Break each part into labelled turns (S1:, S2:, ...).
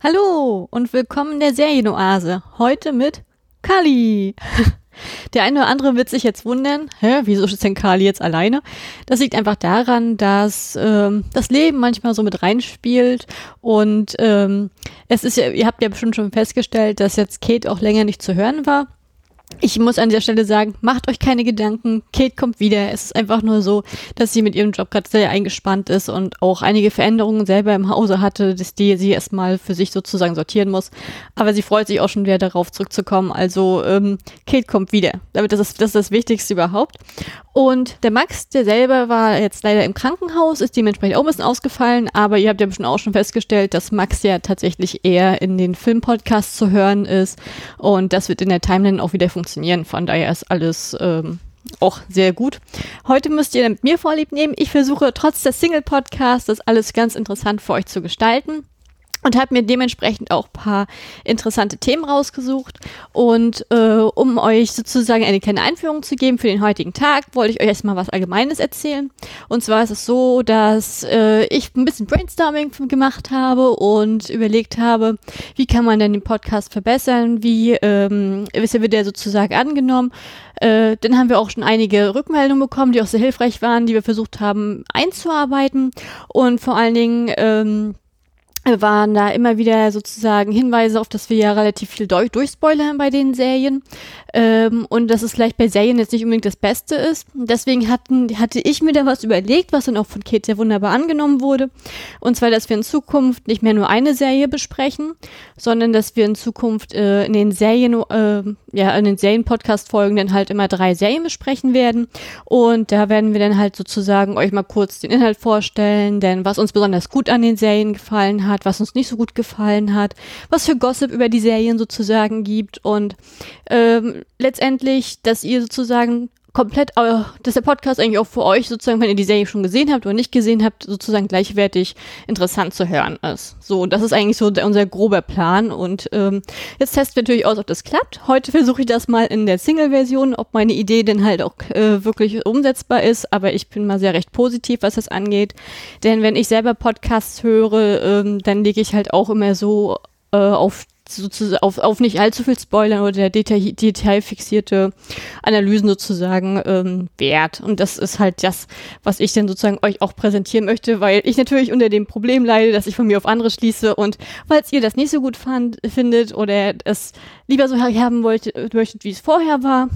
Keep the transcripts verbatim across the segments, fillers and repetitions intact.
S1: Hallo und willkommen in der Serienoase. Heute mit Kali. Der eine oder andere wird sich jetzt wundern, hä, wieso ist denn Kali jetzt alleine? Das liegt einfach daran, dass ähm, das Leben manchmal so mit reinspielt und ähm, es ist ja, ihr habt ja bestimmt schon festgestellt, dass jetzt Kate auch länger nicht zu hören war. Ich muss an dieser Stelle sagen, macht euch keine Gedanken, Kate kommt wieder. Es ist einfach nur so, dass sie mit ihrem Job gerade sehr eingespannt ist und auch einige Veränderungen selber im Hause hatte, dass die sie erstmal für sich sozusagen sortieren muss. Aber sie freut sich auch schon wieder darauf zurückzukommen. Also ähm, Kate kommt wieder. Damit das ist, das ist das Wichtigste überhaupt. Und der Max, der selber war jetzt leider im Krankenhaus, ist dementsprechend auch ein bisschen ausgefallen, aber ihr habt ja bestimmt auch schon festgestellt, dass Max ja tatsächlich eher in den Filmpodcasts zu hören ist und das wird in der Timeline auch wieder funktionieren, von daher ist alles ähm, auch sehr gut. Heute müsst ihr mit mir Vorlieb nehmen, ich versuche trotz des Single-Podcasts das alles ganz interessant für euch zu gestalten. Und habe mir dementsprechend auch ein paar interessante Themen rausgesucht. Und äh, um euch sozusagen eine kleine Einführung zu geben für den heutigen Tag, wollte ich euch erstmal was Allgemeines erzählen. Und zwar ist es so, dass äh, ich ein bisschen Brainstorming gemacht habe und überlegt habe, wie kann man denn den Podcast verbessern, wie ähm, wird der sozusagen angenommen. Äh, dann haben wir auch schon einige Rückmeldungen bekommen, die auch sehr hilfreich waren, die wir versucht haben einzuarbeiten. Und vor allen Dingen ähm, waren da immer wieder sozusagen Hinweise auf, dass wir ja relativ viel durch, durchspoilern bei den Serien ähm, und dass es vielleicht bei Serien jetzt nicht unbedingt das Beste ist. Deswegen hatten, hatte ich mir da was überlegt, was dann auch von Kate sehr wunderbar angenommen wurde. Und zwar, dass wir in Zukunft nicht mehr nur eine Serie besprechen, sondern dass wir in Zukunft äh, in den Serien, äh, ja, in den Serien-Podcast-Folgen dann halt immer drei Serien besprechen werden. Und da werden wir dann halt sozusagen euch mal kurz den Inhalt vorstellen, denn was uns besonders gut an den Serien gefallen hat, was uns nicht so gut gefallen hat, was für Gossip über die Serien sozusagen gibt und ähm, letztendlich, dass ihr sozusagen komplett, äh, dass der Podcast eigentlich auch für euch sozusagen, wenn ihr die Serie schon gesehen habt oder nicht gesehen habt, sozusagen gleichwertig interessant zu hören ist. So, das ist eigentlich so der, unser grober Plan und ähm, jetzt testen wir natürlich aus, ob das klappt. Heute versuche ich das mal in der Single-Version, ob meine Idee denn halt auch äh, wirklich umsetzbar ist, aber ich bin mal sehr recht positiv, was das angeht, denn wenn ich selber Podcasts höre, ähm, dann lege ich halt auch immer so äh, auf sozusagen auf, auf nicht allzu viel Spoilern oder der Detail, detailfixierte Analysen sozusagen ähm, wert. Und das ist halt das, was ich dann sozusagen euch auch präsentieren möchte, weil ich natürlich unter dem Problem leide, dass ich von mir auf andere schließe und falls ihr das nicht so gut fand, findet oder es lieber so haben wollt, möchtet, wie es vorher war,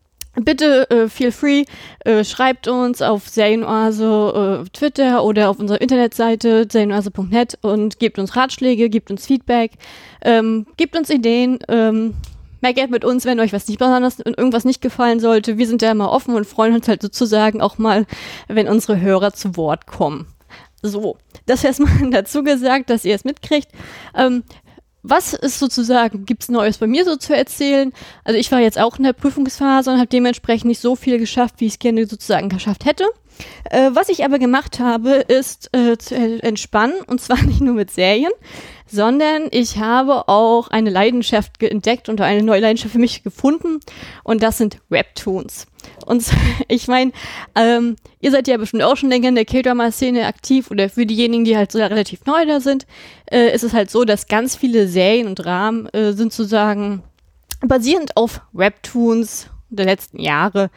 S1: bitte äh, feel free, äh, schreibt uns auf Serienoase äh, Twitter oder auf unserer Internetseite serienoase punkt net und gebt uns Ratschläge, gebt uns Feedback, ähm, gebt uns Ideen, ähm, meckert mit uns, wenn euch was nicht besonders irgendwas nicht gefallen sollte. Wir sind ja immer offen und freuen uns halt sozusagen auch mal, wenn unsere Hörer zu Wort kommen. So, das erstmal dazu gesagt, dass ihr es mitkriegt. Ähm, Was ist sozusagen, gibt's Neues bei mir so zu erzählen? Also ich war jetzt auch in der Prüfungsphase und habe dementsprechend nicht so viel geschafft, wie ich es gerne sozusagen geschafft hätte. Äh, was ich aber gemacht habe, ist äh, zu entspannen und zwar nicht nur mit Serien, sondern ich habe auch eine Leidenschaft entdeckt und eine neue Leidenschaft für mich gefunden und das sind Webtoons. Und ich meine, ähm, ihr seid ja bestimmt auch schon länger in der K-Drama-Szene aktiv oder für diejenigen, die halt so relativ neu da sind, äh, ist es halt so, dass ganz viele Serien und Dramen äh, sind sozusagen basierend auf Webtoons der letzten Jahre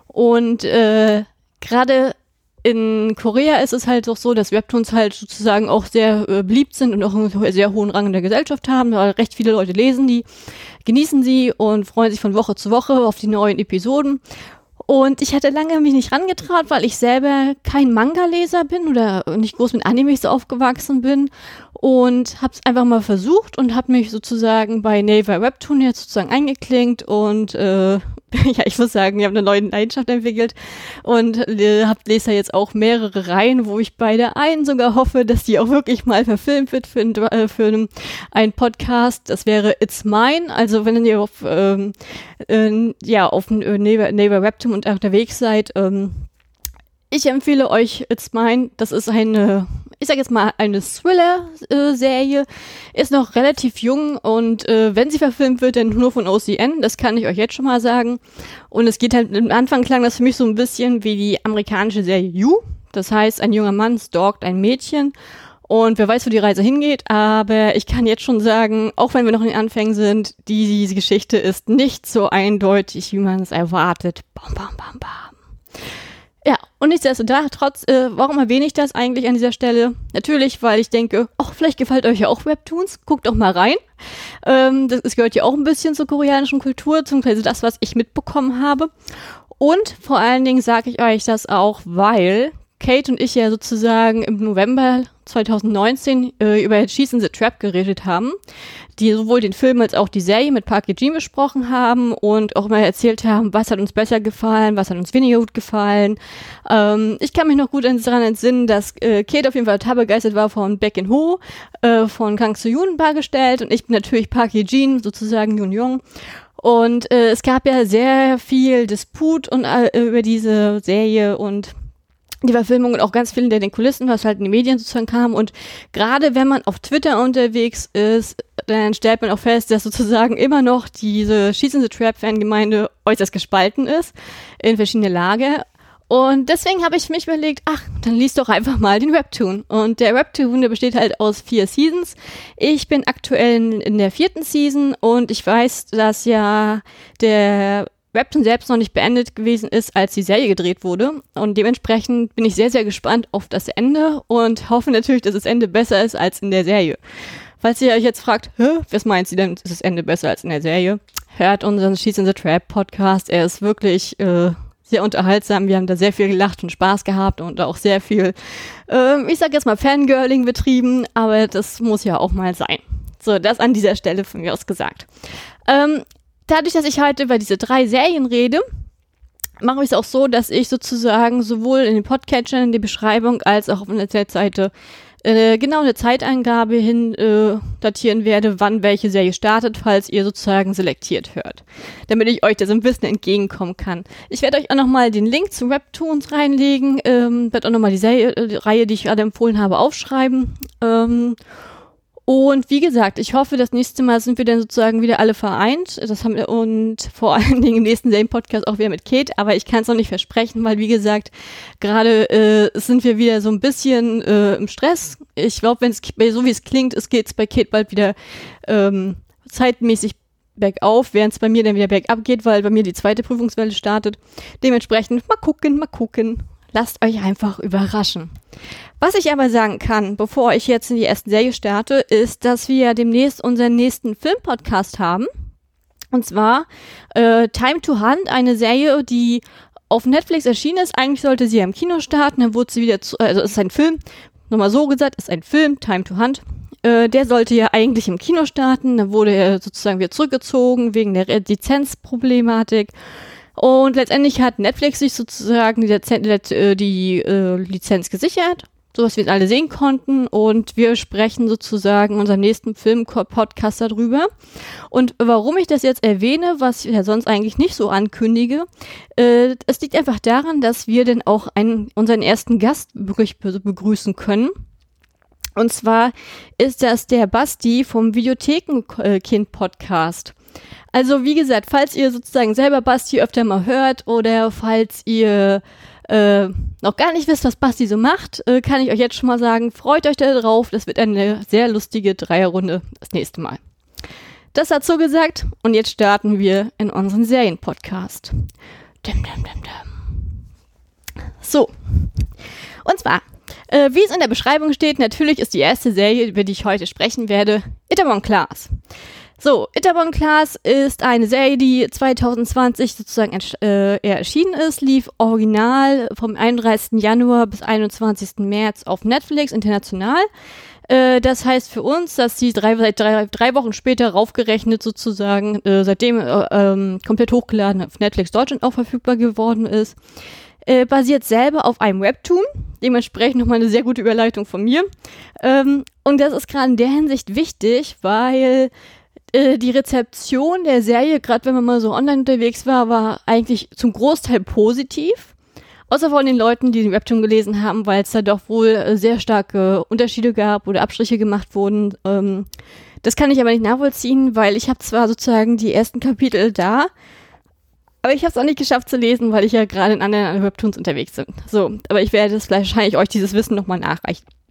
S1: und äh, gerade in Korea ist es halt auch so, dass Webtoons halt sozusagen auch sehr äh, beliebt sind und auch einen sehr hohen Rang in der Gesellschaft haben, weil recht viele Leute lesen die, genießen sie und freuen sich von Woche zu Woche auf die neuen Episoden. Und ich hatte lange mich nicht rangetraut, weil ich selber kein Manga-Leser bin oder nicht groß mit Animes aufgewachsen bin und habe es einfach mal versucht und habe mich sozusagen bei Naver Webtoon jetzt sozusagen eingeklinkt und äh, ja, ich muss sagen, ich habe eine neue Leidenschaft entwickelt und äh, hab, lese da jetzt auch mehrere Reihen, wo ich bei der einen sogar hoffe, dass die auch wirklich mal verfilmt wird für, ein, äh, für einen, einen Podcast. Das wäre It's Mine. Also wenn ihr auf, ähm, äh, ja, auf äh, Naver, Naver Webtoon und unterwegs seid, ähm, ich empfehle euch It's Mine. Das ist eine, ich sag jetzt mal, eine Thriller-Serie. Äh, ist noch relativ jung und äh, wenn sie verfilmt wird, dann nur von O C N. Das kann ich euch jetzt schon mal sagen. Und es geht halt, am Anfang klang das für mich so ein bisschen wie die amerikanische Serie You. Das heißt, ein junger Mann stalkt ein Mädchen Und wer weiß, wo die Reise hingeht, aber ich kann jetzt schon sagen, auch wenn wir noch in den Anfängen sind, die, diese Geschichte ist nicht so eindeutig, wie man es erwartet. Bam, bam, bam, bam. Ja, und nichtsdestotrotz, äh, warum erwähne ich das eigentlich an dieser Stelle? Natürlich, weil ich denke, ach, vielleicht gefällt euch ja auch Webtoons, guckt doch mal rein. Ähm, das, das gehört ja auch ein bisschen zur koreanischen Kultur, beziehungsweise das, was ich mitbekommen habe. Und vor allen Dingen sage ich euch das auch, weil Kate und ich ja sozusagen im November zwanzig neunzehn äh, über Cheese in the Trap geredet haben, die sowohl den Film als auch die Serie mit Park Ye-jin besprochen haben und auch mal erzählt haben, was hat uns besser gefallen, was hat uns weniger gut gefallen. Ähm, ich kann mich noch gut daran entsinnen, dass äh, Kate auf jeden Fall total begeistert war von Baek In-ho, äh, von Kang So-yoon dargestellt und ich bin natürlich Park Ye-jin, sozusagen Yoon-young. Und äh, es gab ja sehr viel Disput und, äh, über diese Serie und die Verfilmung und auch ganz viel hinter den Kulissen, was halt in die Medien sozusagen kam. Und gerade wenn man auf Twitter unterwegs ist, dann stellt man auch fest, dass sozusagen immer noch diese Cheese in the Trap-Fangemeinde äußerst gespalten ist in verschiedene Lager. Und deswegen habe ich mich überlegt, ach, dann lies doch einfach mal den Webtoon. Und der Webtoon, der besteht halt aus vier Seasons. Ich bin aktuell in, in der vierten Season und ich weiß, dass ja der Webtoon selbst noch nicht beendet gewesen ist, als die Serie gedreht wurde. Und dementsprechend bin ich sehr, sehr gespannt auf das Ende und hoffe natürlich, dass das Ende besser ist als in der Serie. Falls ihr euch jetzt fragt, hä, was meint sie denn, ist das Ende besser als in der Serie? Hört unseren Cheese in the Trap Podcast. Er ist wirklich äh, sehr unterhaltsam. Wir haben da sehr viel gelacht und Spaß gehabt und auch sehr viel, äh, ich sag jetzt mal Fangirling betrieben, aber das muss ja auch mal sein. So, das an dieser Stelle von mir aus gesagt. Ähm, Dadurch, dass ich heute über diese drei Serien rede, mache ich es auch so, dass ich sozusagen sowohl in den Podcatchern, in der Beschreibung, als auch auf der Webseite äh, genau eine Zeitangabe hin äh, datieren werde, wann welche Serie startet, falls ihr sozusagen selektiert hört, damit ich euch das ein bisschen entgegenkommen kann. Ich werde euch auch nochmal den Link zu Webtoons reinlegen, ähm, werde auch nochmal die Serie, äh, die Reihe, die ich gerade empfohlen habe, aufschreiben. Ähm, Und wie gesagt, ich hoffe, das nächste Mal sind wir dann sozusagen wieder alle vereint. Das haben wir und vor allen Dingen im nächsten Serien-Podcast auch wieder mit Kate. Aber ich kann es noch nicht versprechen, weil wie gesagt, gerade äh, sind wir wieder so ein bisschen äh, im Stress. Ich glaube, wenn es so wie es klingt, es geht bei Kate bald wieder ähm, zeitmäßig bergauf, während es bei mir dann wieder bergab geht, weil bei mir die zweite Prüfungswelle startet. Dementsprechend mal gucken, mal gucken. Lasst euch einfach überraschen. Was ich aber sagen kann, bevor ich jetzt in die erste Serie starte, ist, dass wir demnächst unseren nächsten Filmpodcast haben. Und zwar äh, Time to Hunt, eine Serie, die auf Netflix erschienen ist. Eigentlich sollte sie ja im Kino starten, dann wurde sie wieder zu, also es ist ein Film, nochmal so gesagt, es ist ein Film, Time to Hunt. Äh, der sollte ja eigentlich im Kino starten, dann wurde er sozusagen wieder zurückgezogen wegen der Lizenzproblematik. Und letztendlich hat Netflix sich sozusagen die, Lizen- die, die äh, Lizenz gesichert, sodass wir es alle sehen konnten. Und wir sprechen sozusagen in unserem nächsten Film-Podcast darüber. Und warum ich das jetzt erwähne, was ich ja sonst eigentlich nicht so ankündige, äh, es liegt einfach daran, dass wir dann auch einen, unseren ersten Gast wirklich begrüßen können. Und zwar ist das der Basti vom Videothekenkind-Podcast. Also wie gesagt, falls ihr sozusagen selber Basti öfter mal hört oder falls ihr äh, noch gar nicht wisst, was Basti so macht, äh, kann ich euch jetzt schon mal sagen, freut euch da drauf. Das wird eine sehr lustige Dreierrunde das nächste Mal. Das dazu gesagt und jetzt starten wir in unseren Serienpodcast. Dum, dum, dum, dum. So, und zwar, äh, wie es in der Beschreibung steht, natürlich ist die erste Serie, über die ich heute sprechen werde, Itaewon Class. So, Itaewon Class ist eine Serie, die zwanzig zwanzig sozusagen äh, erschienen ist, lief original vom einunddreißigsten Januar bis einundzwanzigsten März auf Netflix international. Äh, das heißt für uns, dass sie drei, seit drei, drei Wochen später raufgerechnet sozusagen, äh, seitdem äh, ähm, komplett hochgeladen auf Netflix Deutschland auch verfügbar geworden ist. Äh, basiert selber auf einem Webtoon, dementsprechend nochmal eine sehr gute Überleitung von mir. Ähm, und das ist gerade in der Hinsicht wichtig, weil die Rezeption der Serie, gerade wenn man mal so online unterwegs war, war eigentlich zum Großteil positiv. Außer von den Leuten, die den Webtoon gelesen haben, weil es da doch wohl sehr starke Unterschiede gab oder Abstriche gemacht wurden. Ähm, das kann ich aber nicht nachvollziehen, weil ich habe zwar sozusagen die ersten Kapitel da, aber ich habe es auch nicht geschafft zu lesen, weil ich ja gerade in anderen Webtoons unterwegs bin. So, aber ich werde das wahrscheinlich euch dieses Wissen nochmal nachreichen.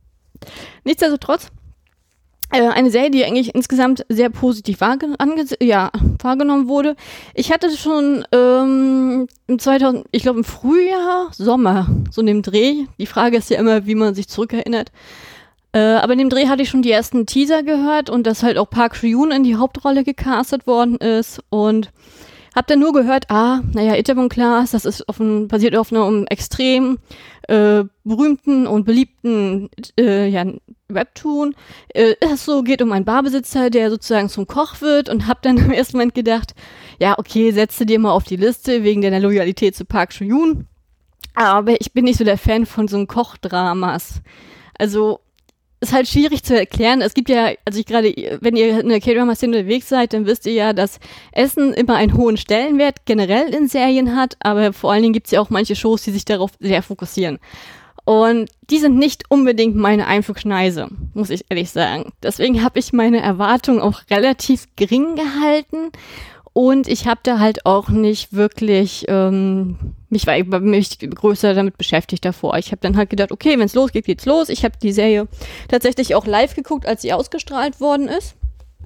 S1: Nichtsdestotrotz, äh, eine Serie, die eigentlich insgesamt sehr positiv wahrge- ange- ja, wahrgenommen wurde. Ich hatte schon ähm, im zweitausend, ich glaube im Frühjahr, Sommer, so in dem Dreh. Die Frage ist ja immer, wie man sich zurückerinnert. Äh, aber in dem Dreh hatte ich schon die ersten Teaser gehört und dass halt auch Park Seo-joon in die Hauptrolle gecastet worden ist und hab dann nur gehört, ah, naja, Itaewon Class, das ist auf ein, basiert auf einem extrem äh, berühmten und beliebten äh, ja, Webtoon. Äh, es so geht um einen Barbesitzer, der sozusagen zum Koch wird und hab dann im ersten Moment gedacht, ja, okay, setze dir mal auf die Liste wegen deiner Loyalität zu Park Seo-joon. Aber ich bin nicht so der Fan von so Kochdramas. Also ist halt schwierig zu erklären. Es gibt ja, also ich gerade, wenn ihr in der K-Drama-Szene unterwegs seid, dann wisst ihr ja, dass Essen immer einen hohen Stellenwert generell in Serien hat, aber vor allen Dingen gibt es ja auch manche Shows, die sich darauf sehr fokussieren. Und die sind nicht unbedingt meine Einflugschneise, muss ich ehrlich sagen. Deswegen habe ich meine Erwartungen auch relativ gering gehalten. Und ich habe da halt auch nicht wirklich ähm, mich, mich größer damit beschäftigt davor. Ich habe dann halt gedacht, okay, wenn es losgeht, geht's los. Ich habe die Serie tatsächlich auch live geguckt, als sie ausgestrahlt worden ist.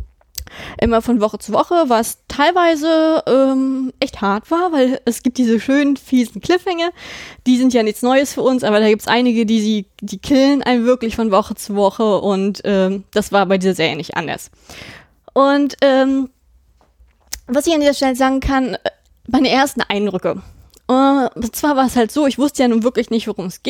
S1: Immer von Woche zu Woche, was teilweise ähm, echt hart war, weil es gibt diese schönen, fiesen Cliffhanger. Die sind ja nichts Neues für uns, aber da gibt's einige, die sie, die killen einen wirklich von Woche zu Woche und ähm, das war bei dieser Serie nicht anders. Und ähm, was ich an dieser Stelle sagen kann, meine ersten Eindrücke. Uh, und zwar war es halt so, ich wusste ja nun wirklich nicht, worum es ging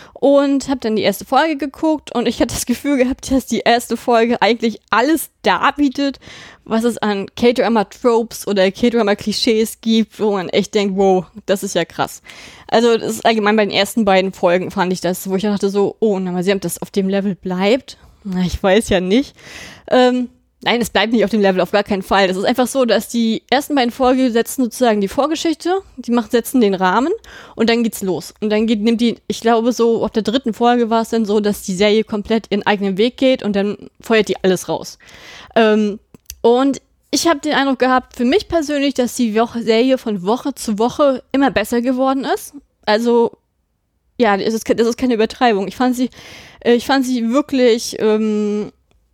S1: und habe dann die erste Folge geguckt und ich hatte das Gefühl gehabt, dass die erste Folge eigentlich alles darbietet, was es an K-Drama-Tropes oder K-Drama-Klischees gibt, wo man echt denkt, wow, das ist ja krass. Also das ist allgemein bei den ersten beiden Folgen fand ich das, wo ich dachte so, oh, na mal sehen, ob das auf dem Level bleibt. Na, ich weiß ja nicht. Ähm, Nein, es bleibt nicht auf dem Level, auf gar keinen Fall. Das ist einfach so, dass die ersten beiden Folgen setzen sozusagen die Vorgeschichte, die machen, setzen den Rahmen und dann geht's los. Und dann geht, nimmt die, ich glaube so, auf der dritten Folge war es dann so, dass die Serie komplett ihren eigenen Weg geht und dann feuert die alles raus. Ähm, und ich habe den Eindruck gehabt, für mich persönlich, dass die Woche, Serie von Woche zu Woche immer besser geworden ist. Also, ja, das ist, das ist keine Übertreibung. Ich fand sie, ich fand sie wirklich, ähm,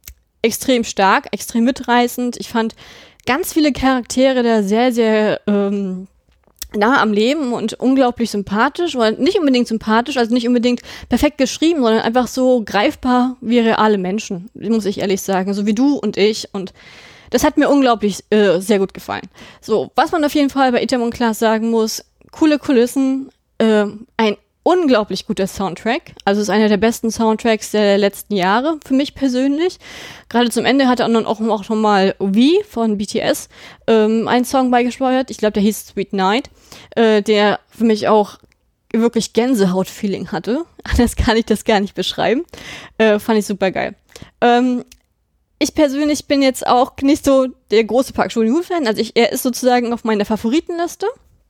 S1: extrem stark, extrem mitreißend. Ich fand ganz viele Charaktere da sehr, sehr ähm, nah am Leben und unglaublich sympathisch. Oder nicht unbedingt sympathisch, also nicht unbedingt perfekt geschrieben, sondern einfach so greifbar wie reale Menschen, muss ich ehrlich sagen. So wie du und ich. Und das hat mir unglaublich äh, sehr gut gefallen. So, was man auf jeden Fall bei Itaewon Class sagen muss, coole Kulissen, äh, ein unglaublich guter Soundtrack. Also es ist einer der besten Soundtracks der letzten Jahre, für mich persönlich. Gerade zum Ende hat er dann auch, auch schon mal V von B T S ähm, einen Song beigesteuert. Ich glaube, der hieß Sweet Night, äh, der für mich auch wirklich Gänsehaut-Feeling hatte. Anders kann ich das gar nicht beschreiben. Äh, fand ich super geil. Ähm, ich persönlich bin jetzt auch nicht so der große Park Seo-joon-Fan. Also ich, er ist sozusagen auf meiner Favoritenliste.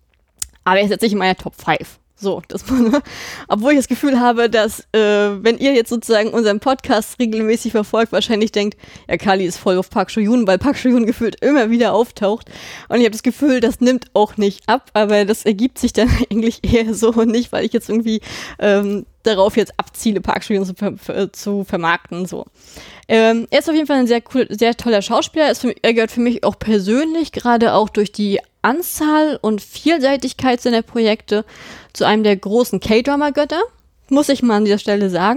S1: Aber er ist jetzt nicht in meiner Top fünf. So, das, obwohl ich das Gefühl habe, dass, äh, wenn ihr jetzt sozusagen unseren Podcast regelmäßig verfolgt, wahrscheinlich denkt, ja, Kali ist voll auf Park Seo-joon, weil Park Seo-joon gefühlt immer wieder auftaucht. Und ich habe das Gefühl, das nimmt auch nicht ab, aber das ergibt sich dann eigentlich eher so und nicht, weil ich jetzt irgendwie ähm, darauf jetzt abziele, Park Seo-joon zu, ver- zu vermarkten. So. Ähm, er ist auf jeden Fall ein sehr cool, sehr toller Schauspieler. Er, ist für mich, er gehört für mich auch persönlich, gerade auch durch die Anzahl und Vielseitigkeit seiner Projekte, zu einem der großen K-Drama-Götter, muss ich mal an dieser Stelle sagen.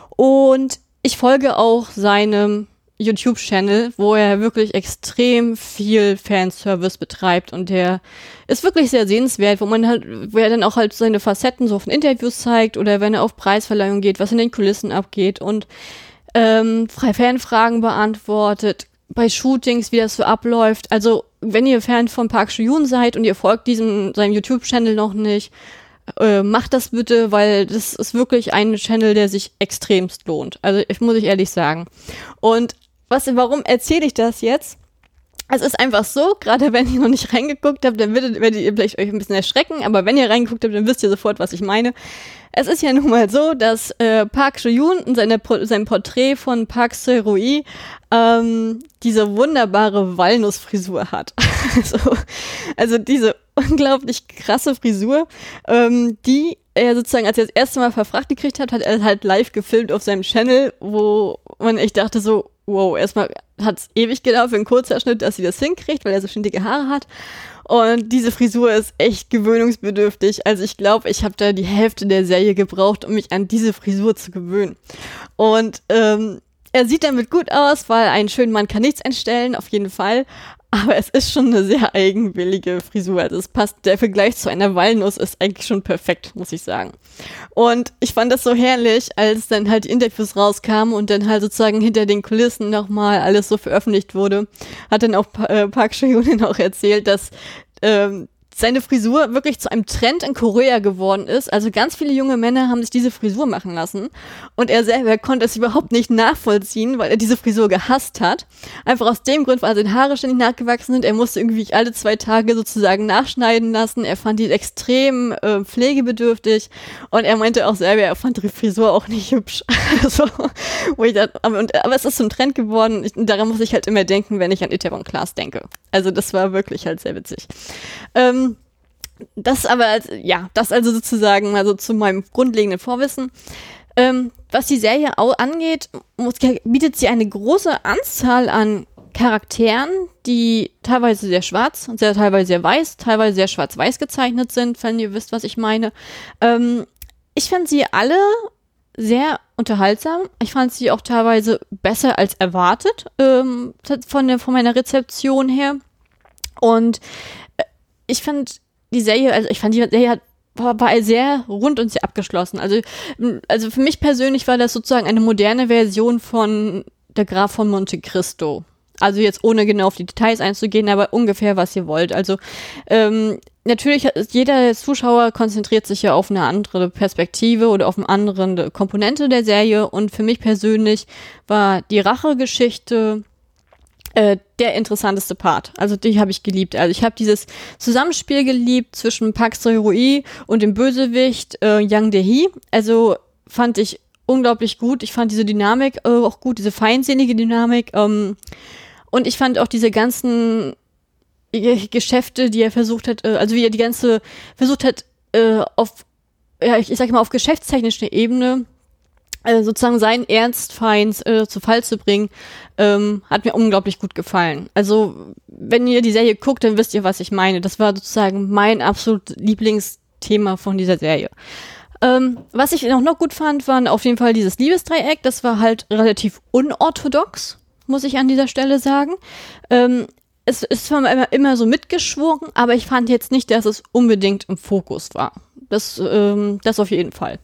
S1: Und ich folge auch seinem YouTube-Channel, wo er wirklich extrem viel Fanservice betreibt und der ist wirklich sehr sehenswert, wo man halt, wo er dann auch halt seine Facetten so von Interviews zeigt oder wenn er auf Preisverleihung geht, was in den Kulissen abgeht und ähm, Fanfragen beantwortet, bei Shootings, wie das so abläuft. Also, wenn ihr Fan von Park Seo-joon seid und ihr folgt diesem, seinem YouTube-Channel noch nicht, äh, macht das bitte, weil das ist wirklich ein Channel, der sich extremst lohnt. Also, ich, muss ich ehrlich sagen. Und was, warum erzähle ich das jetzt? Es ist einfach so, gerade wenn ihr noch nicht reingeguckt habt, dann werdet, werdet ihr vielleicht euch ein bisschen erschrecken, aber wenn ihr reingeguckt habt, dann wisst ihr sofort, was ich meine. Es ist ja nun mal so, dass äh, Park Seo-joon in seine, seinem Porträt von Park Se-roi ähm, diese wunderbare Walnussfrisur hat. also, also diese unglaublich krasse Frisur, ähm, die er sozusagen, als er das erste Mal verfragt gekriegt hat, hat er halt live gefilmt auf seinem Channel, wo man echt dachte so, wow, erstmal hat es ewig gedauert für einen Kurzhaarschnitt, dass sie das hinkriegt, weil er so schön dicke Haare hat. Und diese Frisur ist echt gewöhnungsbedürftig. Also ich glaube, ich habe da die Hälfte der Serie gebraucht, um mich an diese Frisur zu gewöhnen. Und ähm, er sieht damit gut aus, weil einen schönen Mann kann nichts entstellen, auf jeden Fall. Aber es ist schon eine sehr eigenwillige Frisur. Also es passt, der Vergleich zu einer Walnuss ist eigentlich schon perfekt, muss ich sagen. Und ich fand das so herrlich, als dann halt die Interviews rauskamen und dann halt sozusagen hinter den Kulissen nochmal alles so veröffentlicht wurde, hat dann auch äh, Park Seo-joon auch erzählt, dass ähm, seine Frisur wirklich zu einem Trend in Korea geworden ist. Also ganz viele junge Männer haben sich diese Frisur machen lassen. Und er selber konnte es überhaupt nicht nachvollziehen, weil er diese Frisur gehasst hat. Einfach aus dem Grund, weil seine Haare ständig nachgewachsen sind. Er musste irgendwie alle zwei Tage sozusagen nachschneiden lassen. Er fand die extrem äh, pflegebedürftig. Und er meinte auch selber, er fand die Frisur auch nicht hübsch. Also, wo ich dachte, aber, und, aber es ist so ein Trend geworden. Ich, daran muss ich halt immer denken, wenn ich an Itaewon Class denke. Also das war wirklich halt sehr witzig. Ähm, Das aber, ja, das also sozusagen also zu meinem grundlegenden Vorwissen. Ähm, was die Serie auch angeht, muss, bietet sie eine große Anzahl an Charakteren, die teilweise sehr schwarz, sehr, teilweise sehr weiß, teilweise sehr schwarz-weiß gezeichnet sind, wenn ihr wisst, was ich meine. Ähm, ich fand sie alle sehr unterhaltsam. Ich fand sie auch teilweise besser als erwartet, ähm, von, der, von meiner Rezeption her. Und ich fand die Serie, also ich fand die Serie hat, war, war sehr rund und sehr abgeschlossen. Also, also für mich persönlich war das sozusagen eine moderne Version von Der Graf von Monte Cristo. Also jetzt ohne genau auf die Details einzugehen, aber ungefähr, was ihr wollt. Also ähm, natürlich, jeder Zuschauer konzentriert sich ja auf eine andere Perspektive oder auf eine andere Komponente der Serie. Und für mich persönlich war die Rachegeschichte Äh, der interessanteste Part. Also die habe ich geliebt. Also ich habe dieses Zusammenspiel geliebt zwischen Park Seo-hee und dem Bösewicht äh, Yang Dae-hee. Also fand ich unglaublich gut. Ich fand diese Dynamik äh, auch gut, diese feindselige Dynamik. Ähm, und ich fand auch diese ganzen äh, Geschäfte, die er versucht hat, äh, also wie er die ganze versucht hat, äh, auf, ja, ich, ich sag mal, auf geschäftstechnischer Ebene äh, sozusagen seinen Ernstfeind äh, zu Fall zu bringen, ähm, hat mir unglaublich gut gefallen. Also, wenn ihr die Serie guckt, dann wisst ihr, was ich meine. Das war sozusagen mein absolut Lieblingsthema von dieser Serie. Ähm, was ich noch, noch gut fand, war auf jeden Fall dieses Liebesdreieck. Das war halt relativ unorthodox, muss ich an dieser Stelle sagen. Ähm, es ist zwar immer, immer so mitgeschwungen, aber ich fand jetzt nicht, dass es unbedingt im Fokus war. Das, ähm, das auf jeden Fall.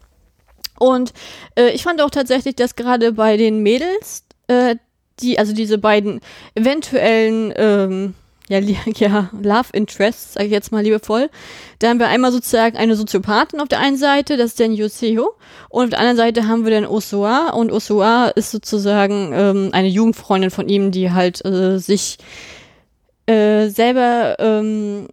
S1: Und äh, ich fand auch tatsächlich, dass gerade bei den Mädels, äh, die, also diese beiden eventuellen ähm, ja, ja, Love Interests, sage ich jetzt mal liebevoll, da haben wir einmal sozusagen eine Soziopathin auf der einen Seite, das ist dann Yoseo, und auf der anderen Seite haben wir dann Osoa, und Osoa ist sozusagen ähm, eine Jugendfreundin von ihm, die halt äh, sich äh, selber ähm,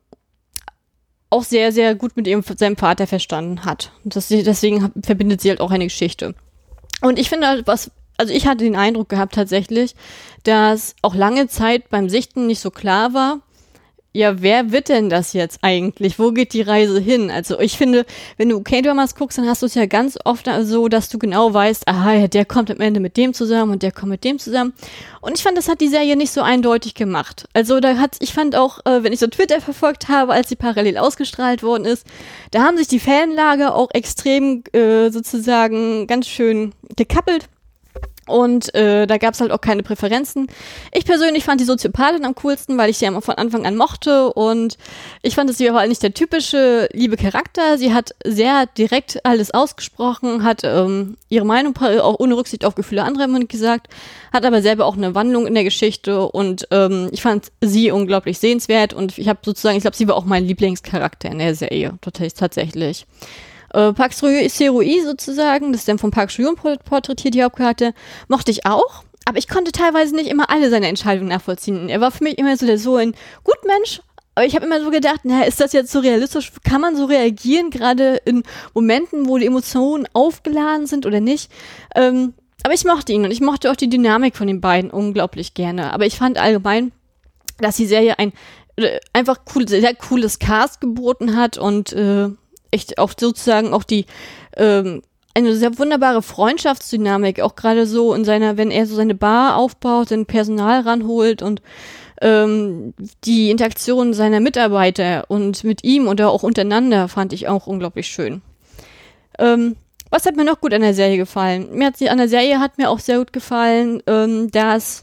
S1: auch sehr, sehr gut mit ihrem, seinem Vater verstanden hat. Das, deswegen verbindet sie halt auch eine Geschichte. Und ich finde, was, also ich hatte den Eindruck gehabt tatsächlich, dass auch lange Zeit beim Sichten nicht so klar war, ja, wer wird denn das jetzt eigentlich? Wo geht die Reise hin? Also ich finde, wenn du K-Dramas guckst, dann hast du es ja ganz oft so, dass du genau weißt, aha, ja, der kommt am Ende mit dem zusammen und der kommt mit dem zusammen. Und ich fand, das hat die Serie nicht so eindeutig gemacht. Also da hat, ich fand auch, äh, wenn ich so Twitter verfolgt habe, als sie parallel ausgestrahlt worden ist, da haben sich die Fanlager auch extrem äh, sozusagen ganz schön gekappelt. Und äh, da gab es halt auch keine Präferenzen. Ich persönlich fand die Soziopathin am coolsten, weil ich sie ja von Anfang an mochte. Und ich fand, dass sie war halt nicht der typische liebe Charakter. Sie hat sehr direkt alles ausgesprochen, hat ähm, ihre Meinung auch ohne Rücksicht auf Gefühle anderer gesagt, hat aber selber auch eine Wandlung in der Geschichte. Und ähm, ich fand sie unglaublich sehenswert. Und ich habe sozusagen, ich glaube, sie war auch mein Lieblingscharakter in der Serie, tatsächlich. Äh, Park Seo-hee sozusagen, das ist dann von Park Seo-joon porträtiert, die Hauptcharakter, mochte ich auch, aber ich konnte teilweise nicht immer alle seine Entscheidungen nachvollziehen. Er war für mich immer so der so ein Gutmensch, aber ich habe immer so gedacht, na, ist das jetzt so realistisch? Kann man so reagieren, gerade in Momenten, wo die Emotionen aufgeladen sind oder nicht? Ähm, aber ich mochte ihn und ich mochte auch die Dynamik von den beiden unglaublich gerne. Aber ich fand allgemein, dass die Serie ein äh, einfach cool, sehr cooles Cast geboten hat und äh, echt auch sozusagen auch die, ähm, eine sehr wunderbare Freundschaftsdynamik, auch gerade so in seiner, wenn er so seine Bar aufbaut, sein Personal ranholt und ähm, die Interaktion seiner Mitarbeiter und mit ihm oder auch untereinander fand ich auch unglaublich schön. Ähm, was hat mir noch gut an der Serie gefallen? Mir hat sie, an der Serie hat mir auch sehr gut gefallen, ähm, dass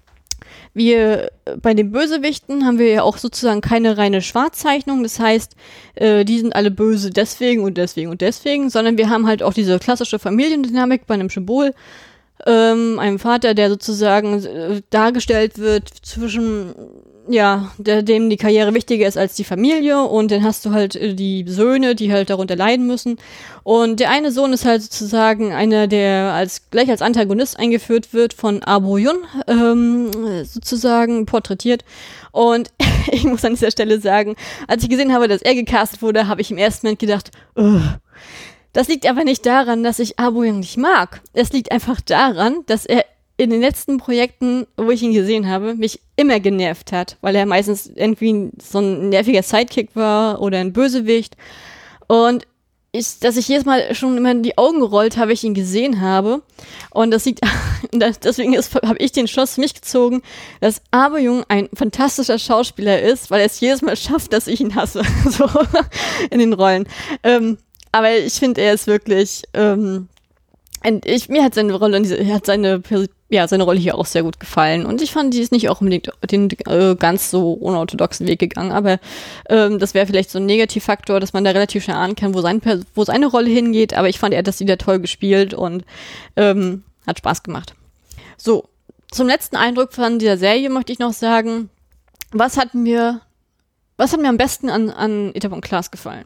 S1: wir bei den Bösewichten haben wir ja auch sozusagen keine reine Schwarzzeichnung, das heißt, äh, die sind alle böse deswegen und deswegen und deswegen, sondern wir haben halt auch diese klassische Familiendynamik bei einem Symbol, ähm, einem Vater, der sozusagen äh, dargestellt wird zwischen, ja, der, dem die Karriere wichtiger ist als die Familie, und dann hast du halt äh, die Söhne, die halt darunter leiden müssen, und der eine Sohn ist halt sozusagen einer, der als gleich als Antagonist eingeführt wird, von Abo Yun, ähm, sozusagen porträtiert, und ich muss an dieser Stelle sagen, als ich gesehen habe, dass er gecastet wurde, habe ich im ersten Moment gedacht, ugh. Das liegt aber nicht daran, dass ich Abo Yun nicht mag. Es liegt einfach daran, dass er in den letzten Projekten, wo ich ihn gesehen habe, mich immer genervt hat, weil er meistens irgendwie so ein nerviger Sidekick war oder ein Bösewicht. Und ich, dass ich jedes Mal schon immer in die Augen gerollt habe, ich ihn gesehen habe. Und das liegt, deswegen habe ich den Schluss für mich gezogen, dass Abo Yun ein fantastischer Schauspieler ist, weil er es jedes Mal schafft, dass ich ihn hasse. So in den Rollen. Ähm, Aber ich finde, er ist wirklich, ähm, ich, mir hat seine Rolle, er hat seine, ja, seine Rolle hier auch sehr gut gefallen. Und ich fand, die ist nicht auch unbedingt den äh, ganz so unorthodoxen Weg gegangen, aber ähm, das wäre vielleicht so ein Negativfaktor, dass man da relativ schnell ahnen kann, wo, sein, wo seine Rolle hingeht. Aber ich fand, er hat das wieder toll gespielt und ähm, hat Spaß gemacht. So, zum letzten Eindruck von dieser Serie möchte ich noch sagen, was hat mir, was hat mir am besten an, an Itaewon Class gefallen?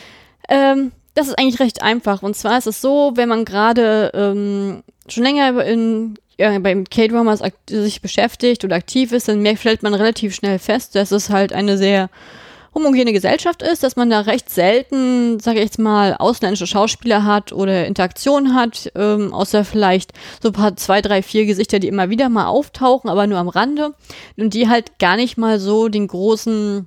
S1: Ähm, Das ist eigentlich recht einfach. Und zwar ist es so, wenn man gerade ähm, schon länger in, ja, beim K-Dramas sich beschäftigt oder aktiv ist, dann merkt, stellt man relativ schnell fest, dass es halt eine sehr homogene Gesellschaft ist, dass man da recht selten, sage ich jetzt mal, ausländische Schauspieler hat oder Interaktion hat, ähm, außer vielleicht so ein paar, zwei, drei, vier Gesichter, die immer wieder mal auftauchen, aber nur am Rande, und die halt gar nicht mal so den großen,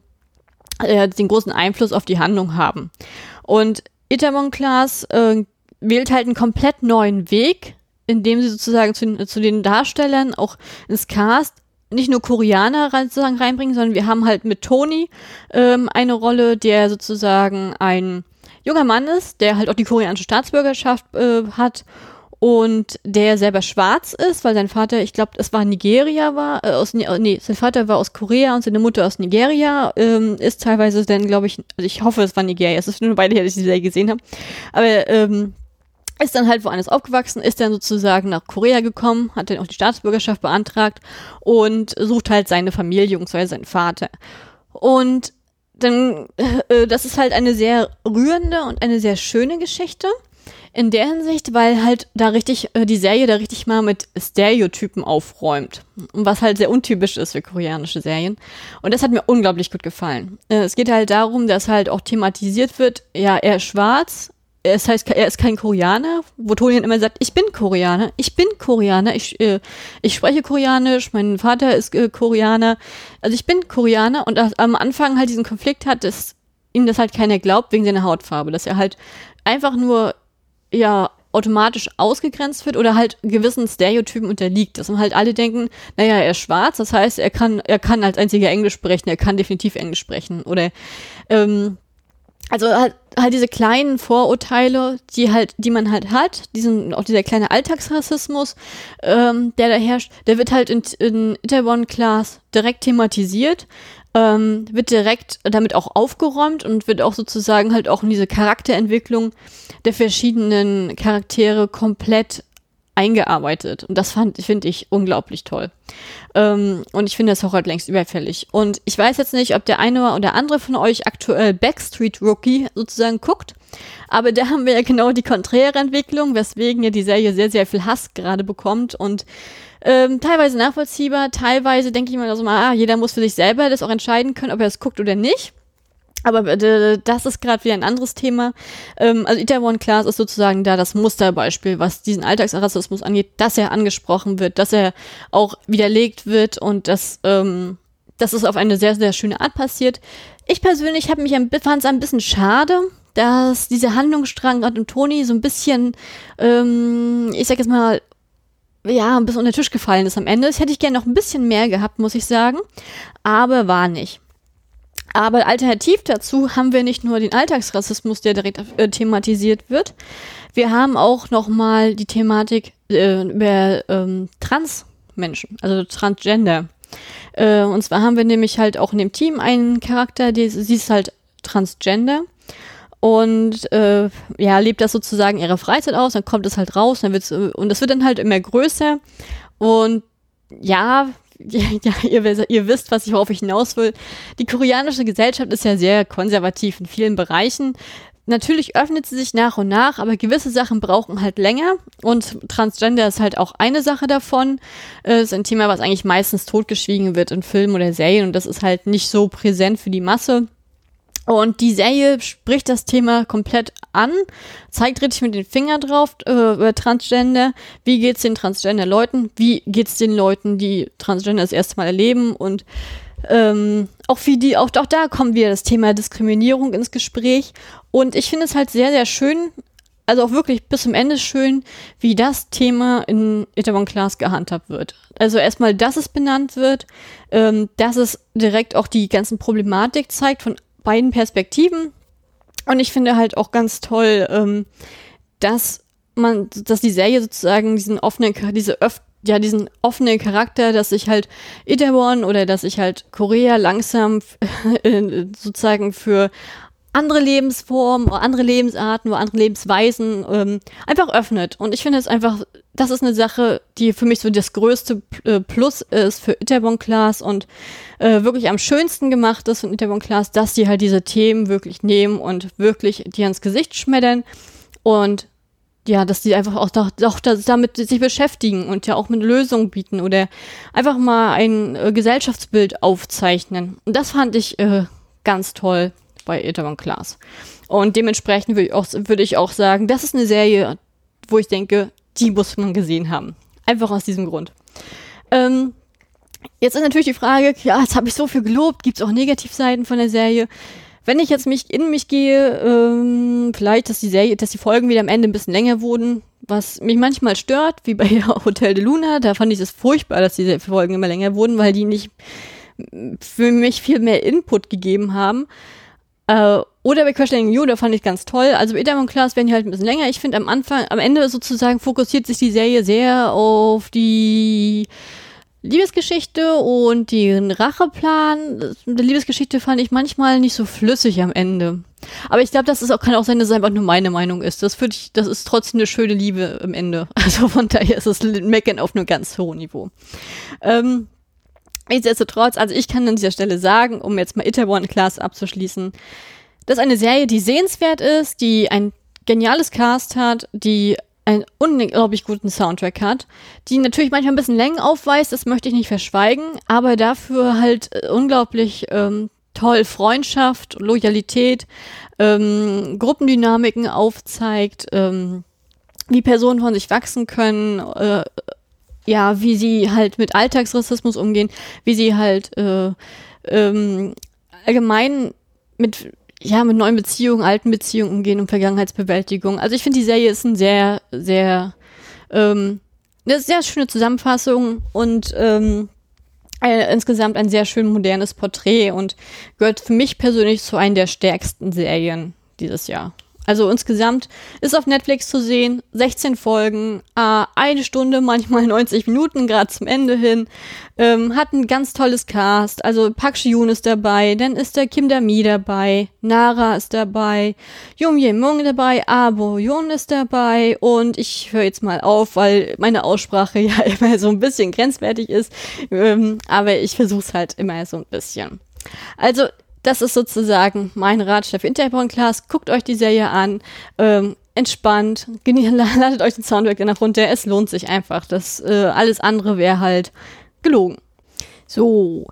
S1: äh, den großen Einfluss auf die Handlung haben. Und Itaewon Class äh, wählt halt einen komplett neuen Weg, indem sie sozusagen zu, zu den Darstellern auch ins Cast nicht nur Koreaner rein, sozusagen reinbringen, sondern wir haben halt mit Tony ähm, eine Rolle, der sozusagen ein junger Mann ist, der halt auch die koreanische Staatsbürgerschaft äh, hat und der selber schwarz ist, weil sein Vater, ich glaube, es war Nigeria, war, äh, aus, nee, sein Vater war aus Korea und seine Mutter aus Nigeria, ähm, ist teilweise dann, glaube ich, also ich hoffe, es war Nigeria, es ist nur beide her, dass ich die Serie gesehen habe, aber ähm, ist dann halt woanders aufgewachsen, ist dann sozusagen nach Korea gekommen, hat dann auch die Staatsbürgerschaft beantragt und sucht halt seine Familie, beziehungsweise seinen Vater. Und dann, äh, das ist halt eine sehr rührende und eine sehr schöne Geschichte. In der Hinsicht, weil halt da richtig, äh, die Serie da richtig mal mit Stereotypen aufräumt. Was halt sehr untypisch ist für koreanische Serien. Und das hat mir unglaublich gut gefallen. Äh, es geht halt darum, dass halt auch thematisiert wird, ja, er ist schwarz, er ist, heißt, er ist kein Koreaner, wo Tony dann immer sagt, ich bin Koreaner, ich bin Koreaner, ich, äh, ich spreche Koreanisch, mein Vater ist äh, Koreaner, also ich bin Koreaner, und dass am Anfang halt diesen Konflikt hat, dass ihm das halt keiner glaubt wegen seiner Hautfarbe, dass er halt einfach nur ja automatisch ausgegrenzt wird oder halt gewissen Stereotypen unterliegt, dass man halt alle denken, naja, er ist schwarz, das heißt, er kann er kann als einziger Englisch sprechen, er kann definitiv Englisch sprechen oder ähm, also halt, halt diese kleinen Vorurteile, die halt, die man halt hat, diesen, auch dieser kleine Alltagsrassismus, ähm, der da herrscht, der wird halt in, in Itaewon Class direkt thematisiert, ähm, wird direkt damit auch aufgeräumt und wird auch sozusagen halt auch in diese Charakterentwicklung der verschiedenen Charaktere komplett eingearbeitet. Und das fand, finde ich, unglaublich toll. Ähm, und ich finde das auch halt längst überfällig. Und ich weiß jetzt nicht, ob der eine oder andere von euch aktuell Backstreet Rookie sozusagen guckt, aber da haben wir ja genau die konträre Entwicklung, weswegen ja die Serie sehr, sehr viel Hass gerade bekommt und ähm, teilweise nachvollziehbar, teilweise denke ich mir also mal, ah, jeder muss für sich selber das auch entscheiden können, ob er es guckt oder nicht. Aber äh, das ist gerade wieder ein anderes Thema. Ähm, also Itaewon Class ist sozusagen da das Musterbeispiel, was diesen Alltagsrassismus angeht, dass er angesprochen wird, dass er auch widerlegt wird und dass, ähm, dass es auf eine sehr, sehr schöne Art passiert. Ich persönlich habe mich ein, fand es ein bisschen schade, dass dieser Handlungsstrang gerade im Toni so ein bisschen, ähm, ich sag jetzt mal, ja, ein bisschen unter den Tisch gefallen ist am Ende. Das hätte ich gerne noch ein bisschen mehr gehabt, muss ich sagen, aber war nicht. Aber alternativ dazu haben wir nicht nur den Alltagsrassismus, der direkt äh, thematisiert wird. Wir haben auch nochmal die Thematik äh, über ähm, Transmenschen, also Transgender. Äh, und zwar haben wir nämlich halt auch in dem Team einen Charakter, die, sie ist halt Transgender und äh, ja, lebt das sozusagen ihre Freizeit aus, dann kommt es halt raus, dann wird's, und das wird dann halt immer größer und ja, Ja, ja ihr, ihr wisst, was ich, worauf ich hinaus will. Die koreanische Gesellschaft ist ja sehr konservativ in vielen Bereichen. Natürlich öffnet sie sich nach und nach, aber gewisse Sachen brauchen halt länger und Transgender ist halt auch eine Sache davon. Es ist ein Thema, was eigentlich meistens totgeschwiegen wird in Filmen oder Serien und das ist halt nicht so präsent für die Masse. Und die Serie spricht das Thema komplett an, zeigt richtig mit den Fingern drauf äh, über Transgender. Wie geht's den Transgender-Leuten? Wie geht's den Leuten, die Transgender das erste Mal erleben? Und ähm, auch wie die, auch, auch da kommen wir das Thema Diskriminierung ins Gespräch. Und ich finde es halt sehr, sehr schön, also auch wirklich bis zum Ende schön, wie das Thema in Itaewon Class gehandhabt wird. Also erstmal, dass es benannt wird, ähm, dass es direkt auch die ganzen Problematik zeigt von beiden Perspektiven und ich finde halt auch ganz toll, ähm, dass man, dass die Serie sozusagen diesen offenen, diese öff, ja diesen offenen Charakter, dass sich halt Itaewon oder dass sich halt Korea langsam äh, sozusagen für andere Lebensformen oder andere Lebensarten oder andere Lebensweisen ähm, einfach öffnet. Und ich finde es einfach, das ist eine Sache, die für mich so das größte äh, Plus ist für Itaewon Class und äh, wirklich am schönsten gemacht ist von Itaewon Class, dass die halt diese Themen wirklich nehmen und wirklich die ans Gesicht schmettern und ja, dass die einfach auch, doch, doch damit sich beschäftigen und ja auch mit Lösungen bieten oder einfach mal ein äh, Gesellschaftsbild aufzeichnen. Und das fand ich äh, ganz toll bei Itaewon Class. Und dementsprechend würde ich, auch, würde ich auch sagen, das ist eine Serie, wo ich denke, die muss man gesehen haben. Einfach aus diesem Grund. Ähm, jetzt ist natürlich die Frage, ja, jetzt habe ich so viel gelobt, gibt es auch Negativseiten von der Serie? Wenn ich jetzt mich in mich gehe, ähm, vielleicht, dass die Serie, dass die Folgen wieder am Ende ein bisschen länger wurden, was mich manchmal stört, wie bei Hotel de Luna, da fand ich es furchtbar, dass diese Folgen immer länger wurden, weil die nicht für mich viel mehr Input gegeben haben. Äh, oder bei Crash Landing on You, da fand ich ganz toll. Also bei Itaewon Class werden die halt ein bisschen länger. Ich finde am Anfang, am Ende sozusagen fokussiert sich die Serie sehr auf die Liebesgeschichte und den Racheplan. Mit der Liebesgeschichte fand ich manchmal nicht so flüssig am Ende. Aber ich glaube, das ist auch, kann auch sein, dass es einfach nur meine Meinung ist. Das finde ich, das ist trotzdem eine schöne Liebe am Ende. Also von daher ist es Meckern auf einem ganz hohen Niveau. Ähm, Nichtsdestotrotz, also ich kann an dieser Stelle sagen, um jetzt mal Itaewon Class abzuschließen, das ist eine Serie, die sehenswert ist, die ein geniales Cast hat, die einen unglaublich guten Soundtrack hat, die natürlich manchmal ein bisschen Längen aufweist, das möchte ich nicht verschweigen, aber dafür halt unglaublich ähm, toll Freundschaft, Loyalität, ähm, Gruppendynamiken aufzeigt, ähm, wie Personen von sich wachsen können, äh, ja, wie sie halt mit Alltagsrassismus umgehen, wie sie halt äh, ähm, allgemein mit ja mit neuen Beziehungen, alten Beziehungen umgehen und Vergangenheitsbewältigung. Also ich finde, die Serie ist ein sehr, sehr ähm, eine sehr schöne Zusammenfassung und ähm, äh, insgesamt ein sehr schön modernes Porträt und gehört für mich persönlich zu einer der stärksten Serien dieses Jahr. Also insgesamt ist auf Netflix zu sehen, sechzehn Folgen, äh, eine Stunde, manchmal neunzig Minuten, gerade zum Ende hin. Ähm, hat ein ganz tolles Cast, also Park Ji-yoon ist dabei, dann ist der Kim Da-mi dabei, Nara ist dabei, Yoon Ye-mung dabei, Ah Bo-yeon ist dabei und ich höre jetzt mal auf, weil meine Aussprache ja immer so ein bisschen grenzwertig ist, ähm, aber ich versuche es halt immer so ein bisschen. Also das ist sozusagen mein Ratschlag für Itaewon Class. Guckt euch die Serie an, ähm, entspannt, ladet euch den Soundtrack danach runter. Es lohnt sich einfach. Das äh, alles andere wäre halt gelogen. So.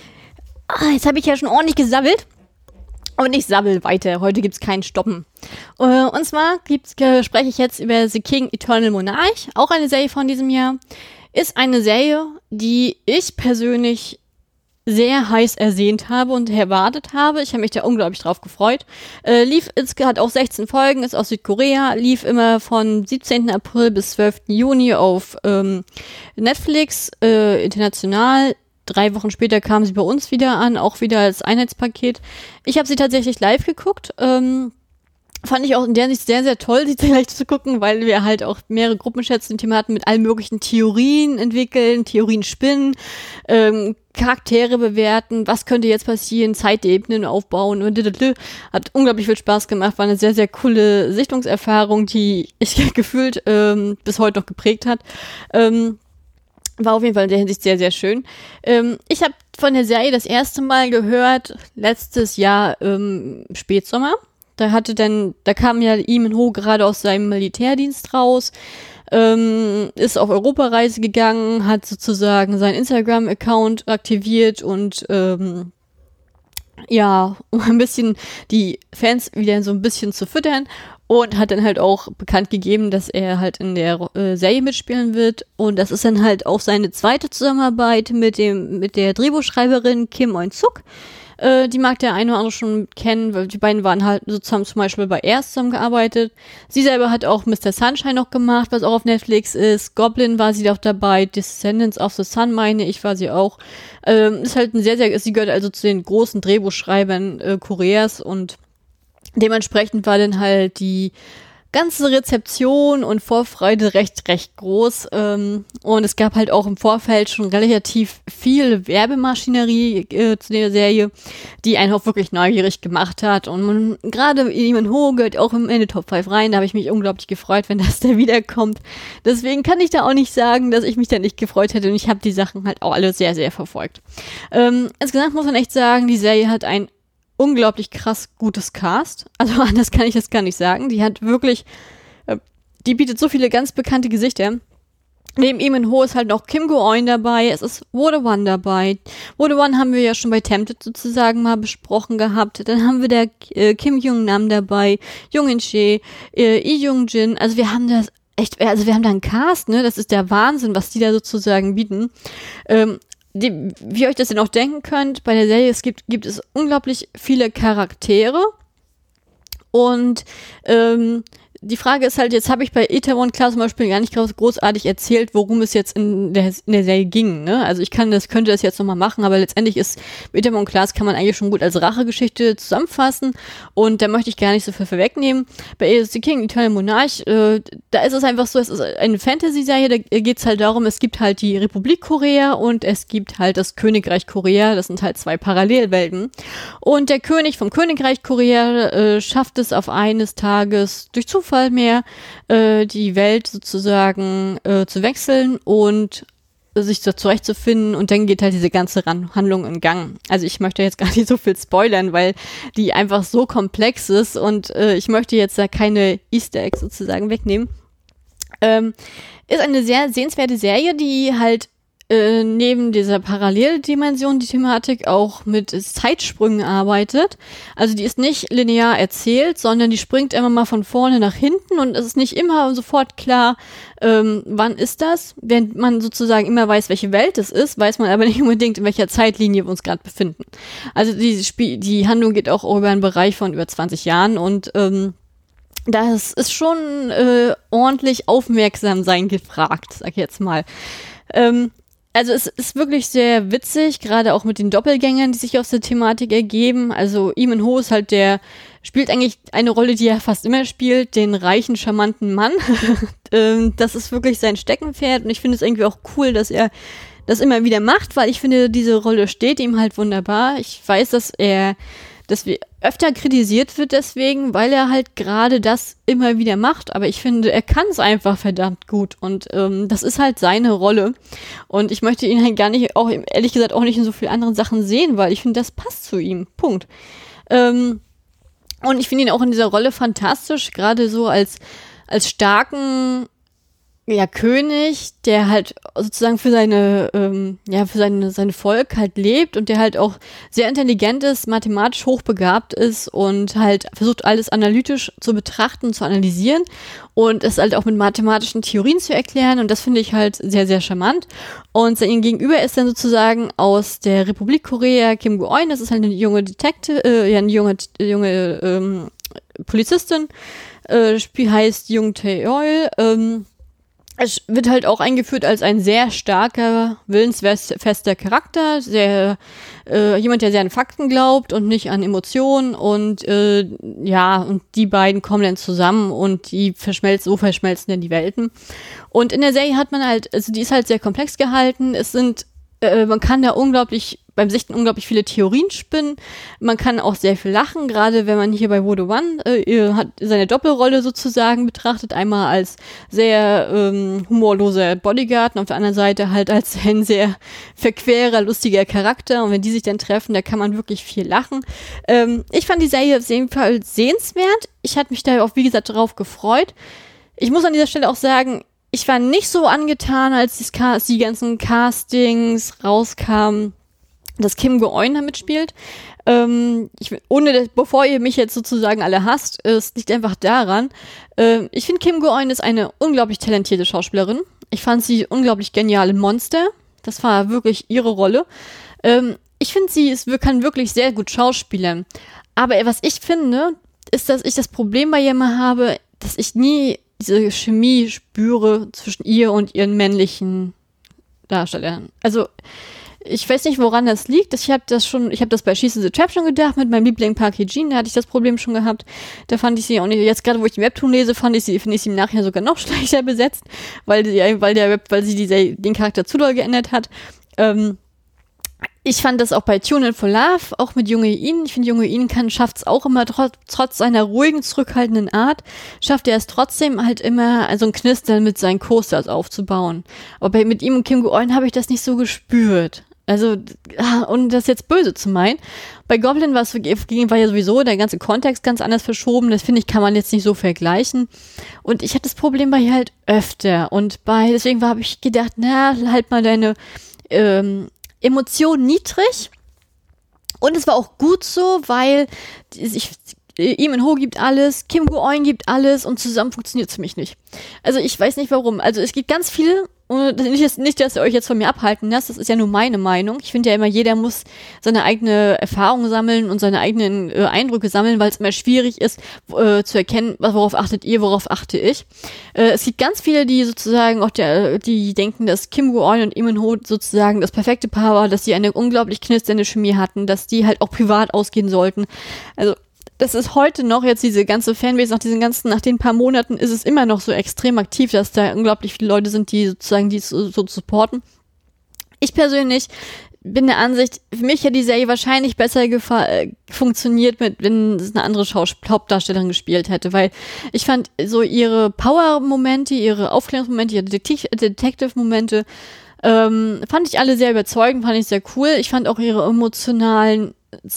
S1: Ah, jetzt habe ich ja schon ordentlich gesabbelt. Und ich sabbel weiter. Heute gibt's kein Stoppen. Äh, und zwar gibt's, äh, spreche ich jetzt über The King Eternal Monarch. Auch eine Serie von diesem Jahr. Ist eine Serie, die ich persönlich sehr heiß ersehnt habe und erwartet habe. Ich habe mich da unglaublich drauf gefreut. Äh, lief, es hat auch sechzehn Folgen, ist aus Südkorea, lief immer von siebzehnten April bis zwölften Juni auf ähm, Netflix, äh, international. Drei Wochen später kam sie bei uns wieder an, auch wieder als Einheitspaket. Ich habe sie tatsächlich live geguckt. Ähm, Fand ich auch in der Sicht sehr, sehr toll, sie gleich zu gucken, weil wir halt auch mehrere Gruppenchats im Thema hatten mit allen möglichen Theorien entwickeln, Theorien spinnen, ähm, Charaktere bewerten, was könnte jetzt passieren, Zeitebenen aufbauen und hat unglaublich viel Spaß gemacht, war eine sehr, sehr coole Sichtungserfahrung, die ich gefühlt ähm, bis heute noch geprägt hat. Ähm, War auf jeden Fall in der Hinsicht sehr, sehr schön. Ähm, ich habe von der Serie das erste Mal gehört, letztes Jahr im Spätsommer. Da hatte dann, da kam ja Lee Min-ho gerade aus seinem Militärdienst raus, ähm, ist auf Europareise gegangen, hat sozusagen seinen Instagram-Account aktiviert und ähm, ja, um ein bisschen die Fans wieder so ein bisschen zu füttern und hat dann halt auch bekannt gegeben, dass er halt in der äh, Serie mitspielen wird und das ist dann halt auch seine zweite Zusammenarbeit mit dem mit der Drehbuchschreiberin Kim Eun-suk. Äh, die mag der eine oder andere schon kennen, weil die beiden waren halt sozusagen zum Beispiel bei Air zusammengearbeitet. Sie selber hat auch Mister Sunshine noch gemacht, was auch auf Netflix ist. Goblin war sie auch dabei, Descendants of the Sun meine ich, war sie auch. Ähm, ist halt ein sehr, sehr, sie gehört also zu den großen Drehbuchschreibern äh, Koreas und dementsprechend war dann halt die ganze Rezeption und Vorfreude recht, recht groß. Ähm, und es gab halt auch im Vorfeld schon relativ viel Werbemaschinerie äh, zu der Serie, die einen auch wirklich neugierig gemacht hat. Und man, gerade Lee Min-ho gehört auch in die Top fünf rein. Da habe ich mich unglaublich gefreut, wenn das da wiederkommt. Deswegen kann ich da auch nicht sagen, dass ich mich da nicht gefreut hätte. Und ich habe die Sachen halt auch alle sehr, sehr verfolgt. Ähm, insgesamt muss man echt sagen, die Serie hat ein unglaublich krass gutes Cast. Also anders kann ich das gar nicht sagen. Die hat wirklich, äh, die bietet so viele ganz bekannte Gesichter. Neben Lee Min-ho ist halt noch Kim Go-eun dabei, es ist Woo-do-won dabei. Woo-do-won haben wir ja schon bei Tempted sozusagen mal besprochen gehabt. Dann haben wir der äh, Kim Jung-nam dabei, Jung In-chae, äh, Lee Jung-jin. Also wir haben das echt, also wir haben da einen Cast, ne? Das ist der Wahnsinn, was die da sozusagen bieten. Ähm, Die, wie ihr euch das denn auch denken könnt, bei der Serie es gibt, gibt es unglaublich viele Charaktere und ähm, die Frage ist halt, jetzt habe ich bei Itaewon Class zum Beispiel gar nicht großartig erzählt, worum es jetzt in der, in der Serie ging, ne? Also ich kann das, könnte das jetzt nochmal machen, aber letztendlich ist Itaewon Class kann man eigentlich schon gut als Rachegeschichte zusammenfassen und da möchte ich gar nicht so viel vorwegnehmen. Bei A S the King, Eternal Monarch, äh, da ist es einfach so, es ist eine Fantasy-Serie, da geht es halt darum, es gibt halt die Republik Korea und es gibt halt das Königreich Korea, das sind halt zwei Parallelwelten. Und der König vom Königreich Korea äh, schafft es auf eines Tages durch Zufall mehr, äh, die Welt sozusagen äh, zu wechseln und sich so zurechtzufinden und dann geht halt diese ganze Ran- Handlung in Gang. Also ich möchte jetzt gar nicht so viel spoilern, weil die einfach so komplex ist und äh, ich möchte jetzt da keine Easter Eggs sozusagen wegnehmen. Ähm, ist eine sehr sehenswerte Serie, die halt äh, neben dieser Paralleldimension, die Thematik auch mit Zeitsprüngen arbeitet. Also die ist nicht linear erzählt, sondern die springt immer mal von vorne nach hinten und es ist nicht immer sofort klar, ähm, wann ist das. Während man sozusagen immer weiß, welche Welt es ist, weiß man aber nicht unbedingt, in welcher Zeitlinie wir uns gerade befinden. Also die, Spiel- die Handlung geht auch über einen Bereich von über zwanzig Jahren und ähm, das ist schon äh, ordentlich aufmerksam sein gefragt, sag ich jetzt mal. Ähm, Also es ist wirklich sehr witzig, gerade auch mit den Doppelgängern, die sich aus der Thematik ergeben. Also Lee Min-ho ist halt der, spielt eigentlich eine Rolle, die er fast immer spielt, den reichen, charmanten Mann. ähm, das ist wirklich sein Steckenpferd und ich finde es irgendwie auch cool, dass er das immer wieder macht, weil ich finde, diese Rolle steht ihm halt wunderbar. Ich weiß, dass er dass wir öfter kritisiert wird deswegen, weil er halt gerade das immer wieder macht. Aber ich finde, er kann es einfach verdammt gut. Und ähm, das ist halt seine Rolle. Und ich möchte ihn halt gar nicht, auch ehrlich gesagt, auch nicht in so vielen anderen Sachen sehen, weil ich finde, das passt zu ihm. Punkt. Ähm, und ich finde ihn auch in dieser Rolle fantastisch, gerade so als, als starken, ja, König, der halt sozusagen für seine, ähm, ja, für seine, sein Volk halt lebt und der halt auch sehr intelligent ist, mathematisch hochbegabt ist und halt versucht, alles analytisch zu betrachten, zu analysieren und es halt auch mit mathematischen Theorien zu erklären und das finde ich halt sehr, sehr charmant. Und sein Gegenüber ist dann sozusagen aus der Republik Korea Kim Go-eun, das ist halt eine junge Detective, äh, ja, eine junge, junge ähm, Polizistin, äh, Spiel heißt Jung Tae-eul, ähm, es wird halt auch eingeführt als ein sehr starker, willensfester Charakter, sehr, äh, jemand, der sehr an Fakten glaubt und nicht an Emotionen und äh, ja, und die beiden kommen dann zusammen und die verschmelzen, so verschmelzen dann die Welten. Und in der Serie hat man halt, also die ist halt sehr komplex gehalten, es sind, äh, man kann da unglaublich beim Sichten unglaublich viele Theorien spinnen. Man kann auch sehr viel lachen, gerade wenn man hier bei Wodo One äh, hat seine Doppelrolle sozusagen betrachtet. Einmal als sehr ähm, humorloser Bodyguard und auf der anderen Seite halt als ein sehr verquerer, lustiger Charakter. Und wenn die sich dann treffen, da kann man wirklich viel lachen. Ähm, ich fand die Serie auf jeden Fall sehenswert. Ich hatte mich da auch, wie gesagt, darauf gefreut. Ich muss an dieser Stelle auch sagen, ich war nicht so angetan, als die, als die ganzen Castings rauskamen, dass Kim Go-eun da mitspielt. Ähm, ich, ohne, dass, bevor ihr mich jetzt sozusagen alle hasst, es liegt einfach daran, äh, ich finde Kim Go-eun ist eine unglaublich talentierte Schauspielerin. Ich fand sie unglaublich genial in Monster. Das war wirklich ihre Rolle. Ähm, ich finde, sie ist, kann wirklich sehr gut schauspielern. Aber was ich finde, ist, dass ich das Problem bei ihr immer habe, dass ich nie diese Chemie spüre zwischen ihr und ihren männlichen Darstellern. Also, ich weiß nicht, woran das liegt. Ich habe das schon, ich habe das bei She's in the Trap schon gedacht, mit meinem Liebling Park Hye-jin, da hatte ich das Problem schon gehabt. Da fand ich sie auch nicht, jetzt gerade wo ich den Webtoon lese, fand ich sie, finde ich sie im Nachhinein sogar noch schlechter besetzt, weil, die, weil der Web, weil sie diese, den Charakter zu doll geändert hat. Ähm, ich fand das auch bei Tune in for Love, auch mit Junge In. Ich finde, Junge In kann, schafft es auch immer, trotz, trotz seiner ruhigen, zurückhaltenden Art, schafft er es trotzdem halt immer, so ein Knistern mit seinen Coasters aufzubauen. Aber bei, mit ihm und Kim Go-eun habe ich das nicht so gespürt. Also, und das jetzt böse zu meinen. Bei Goblin war es war ja sowieso der ganze Kontext ganz anders verschoben. Das finde ich, kann man jetzt nicht so vergleichen. Und ich hatte das Problem bei ihr halt öfter. Und bei, deswegen habe ich gedacht, na, halt mal deine ähm, Emotionen niedrig. Und es war auch gut so, weil ich, Lee Min-ho gibt alles, Kim Go-eun gibt alles und zusammen funktioniert es für mich nicht. Also ich weiß nicht warum. Also es gibt ganz viele. Und nicht, nicht, dass ihr euch jetzt von mir abhalten lasst, das ist ja nur meine Meinung. Ich finde ja immer, jeder muss seine eigene Erfahrung sammeln und seine eigenen äh, Eindrücke sammeln, weil es immer schwierig ist, äh, zu erkennen, worauf achtet ihr, worauf achte ich. Äh, es gibt ganz viele, die sozusagen auch der, die denken, dass Kim Go-eun und Lee Min-ho sozusagen das perfekte Paar war, dass sie eine unglaublich knisternde Chemie hatten, dass die halt auch privat ausgehen sollten. Also das ist heute noch, jetzt diese ganze Fanbase, nach diesen ganzen, nach den paar Monaten ist es immer noch so extrem aktiv, dass da unglaublich viele Leute sind, die sozusagen die so, so supporten. Ich persönlich bin der Ansicht, für mich hätte die Serie wahrscheinlich besser gefa- äh, funktioniert, mit, wenn es eine andere Schaus- Hauptdarstellerin gespielt hätte, weil ich fand so ihre Power-Momente, ihre Aufklärungsmomente, ihre Detektiv- Detective-Momente, ähm, fand ich alle sehr überzeugend, fand ich sehr cool. Ich fand auch ihre emotionalen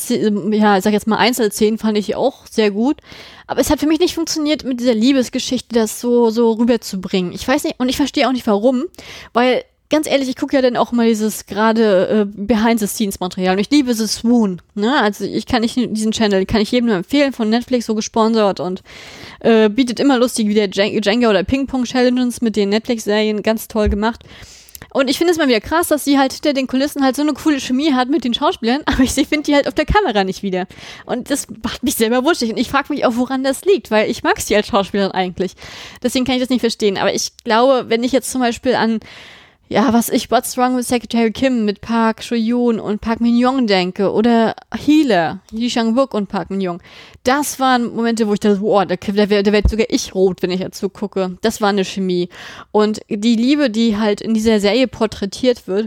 S1: ja, ich sag jetzt mal Einzelszenen fand ich auch sehr gut. Aber es hat für mich nicht funktioniert, mit dieser Liebesgeschichte das so, so rüberzubringen. Ich weiß nicht, und ich verstehe auch nicht warum, weil, ganz ehrlich, ich gucke ja dann auch mal dieses gerade äh, Behind-the-Scenes-Material und ich liebe The Swoon, ne, also ich kann nicht, diesen Channel kann ich jedem nur empfehlen, von Netflix so gesponsert und äh, bietet immer lustig wie der Jenga oder Ping-Pong-Challenges mit den Netflix-Serien, ganz toll gemacht. Und ich finde es mal wieder krass, dass sie halt hinter den Kulissen halt so eine coole Chemie hat mit den Schauspielern, aber ich finde die halt auf der Kamera nicht wieder. Und das macht mich selber wuschig. Und ich frage mich auch, woran das liegt, weil ich mag sie als Schauspielerin eigentlich. Deswegen kann ich das nicht verstehen. Aber ich glaube, wenn ich jetzt zum Beispiel an, ja, was ich, What's Wrong with Secretary Kim mit Park Seo-yoon und Park Min-young denke oder Healer, Lee Sang-wook und Park Min-young, das waren Momente, wo ich dachte, boah, da, da werde werd sogar ich rot, wenn ich dazu gucke. Das war eine Chemie. Und die Liebe, die halt in dieser Serie porträtiert wird,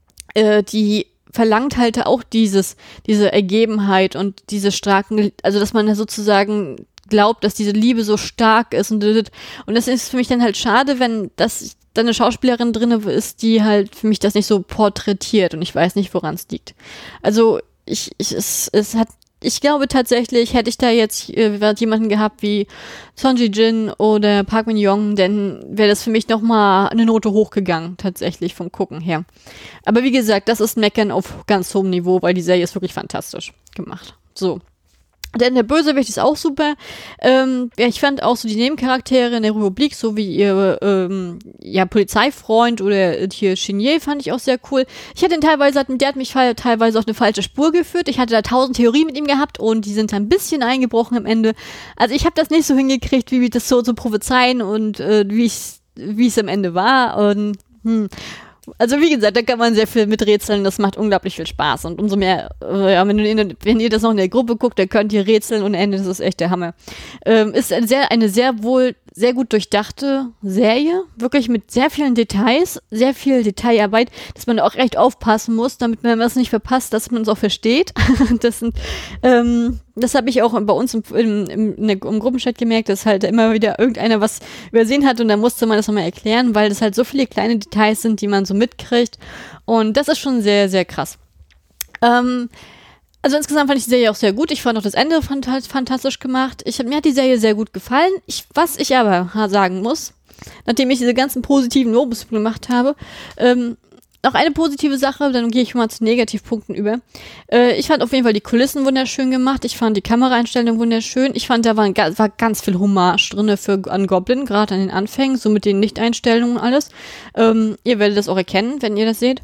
S1: äh, die verlangt halt auch dieses, diese Ergebenheit und diese starken, also dass man ja sozusagen glaubt, dass diese Liebe so stark ist und und das ist für mich dann halt schade, wenn das da eine Schauspielerin drin ist, die halt für mich das nicht so porträtiert und ich weiß nicht, woran es liegt. Also ich, ich es, es hat ich glaube tatsächlich, hätte ich da jetzt äh, jemanden gehabt wie Son Ji-jin oder Park Min-young, dann wäre das für mich nochmal eine Note hochgegangen, tatsächlich vom Gucken her. Aber wie gesagt, das ist Meckern auf ganz hohem Niveau, weil die Serie ist wirklich fantastisch gemacht. So. Denn der Bösewicht ist auch super. Ähm, ja, ich fand auch so die Nebencharaktere in der Republik, so wie ihr ähm, ja, Polizeifreund oder hier Chenier, fand ich auch sehr cool. Ich hatte ihn teilweise, der hat mich teilweise auf eine falsche Spur geführt. Ich hatte da tausend Theorien mit ihm gehabt und die sind ein bisschen eingebrochen am Ende. Also ich habe das nicht so hingekriegt, wie wir das so zu prophezeien und äh, wie es wie es am Ende war. Und hm. Also wie gesagt, da kann man sehr viel miträtseln, das macht unglaublich viel Spaß und umso mehr, äh, ja, wenn, du in, wenn ihr das noch in der Gruppe guckt, dann könnt ihr rätseln ohne Ende, das ist echt der Hammer. Ähm, ist eine sehr, eine sehr wohl, sehr gut durchdachte Serie, wirklich mit sehr vielen Details, sehr viel Detailarbeit, dass man auch recht aufpassen muss, damit man was nicht verpasst, dass man es auch versteht. Das sind, ähm, das habe ich auch bei uns im, im, im, im Gruppenchat gemerkt, dass halt immer wieder irgendeiner was übersehen hat und dann musste man das nochmal erklären, weil das halt so viele kleine Details sind, die man so mitkriegt und das ist schon sehr, sehr krass. Ähm, also insgesamt fand ich die Serie auch sehr gut. Ich fand auch das Ende fant- fantastisch gemacht. Ich, mir hat die Serie sehr gut gefallen. Ich, was ich aber sagen muss, nachdem ich diese ganzen positiven Lobes gemacht habe, ähm, noch eine positive Sache, dann gehe ich mal zu Negativpunkten über. Äh, ich fand auf jeden Fall die Kulissen wunderschön gemacht. Ich fand die Kameraeinstellung wunderschön. Ich fand, da war, ein, war ganz viel Hommage drin für, an Goblin, gerade an den Anfängen, so mit den Lichteinstellungen und alles. Ähm, ihr werdet das auch erkennen, wenn ihr das seht.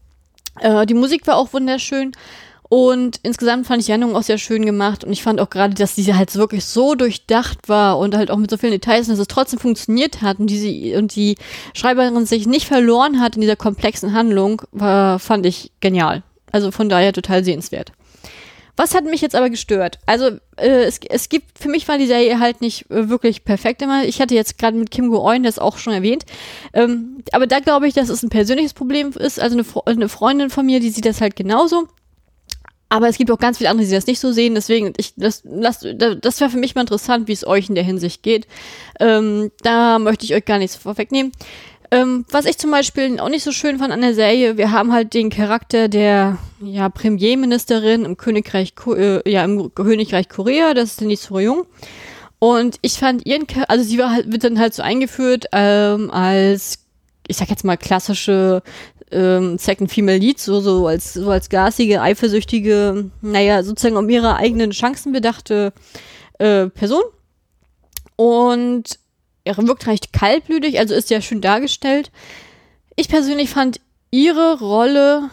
S1: Äh, die Musik war auch wunderschön. Und insgesamt fand ich die Handlung auch sehr schön gemacht und ich fand auch gerade, dass diese halt wirklich so durchdacht war und halt auch mit so vielen Details, dass es trotzdem funktioniert hat und die, und die Schreiberin sich nicht verloren hat in dieser komplexen Handlung, war, fand ich genial. Also von daher total sehenswert. Was hat mich jetzt aber gestört? Also äh, es, es gibt, für mich war die Serie halt nicht äh, wirklich perfekt immer. Ich hatte jetzt gerade mit Kim Go-eun das auch schon erwähnt. Ähm, aber da glaube ich, dass es ein persönliches Problem ist. Also eine, eine Freundin von mir, die sieht das halt genauso. Aber es gibt auch ganz viele andere, die das nicht so sehen. Deswegen, ich, das, das, das wäre für mich mal interessant, wie es euch in der Hinsicht geht. Ähm, da möchte ich euch gar nichts vorwegnehmen. Ähm, was ich zum Beispiel auch nicht so schön fand an der Serie, wir haben halt den Charakter der ja, Premierministerin im Königreich, äh, ja, im Königreich Korea, das ist Lee So-young. Und ich fand ihren, also sie war halt, wird dann halt so eingeführt ähm, als, ich sag jetzt mal, klassische Ähm, Second Female Lead, so, so als so als garstige, eifersüchtige, naja, sozusagen um ihre eigenen Chancen bedachte äh, Person. Und er wirkt recht kaltblütig, also ist ja schön dargestellt. Ich persönlich fand ihre Rolle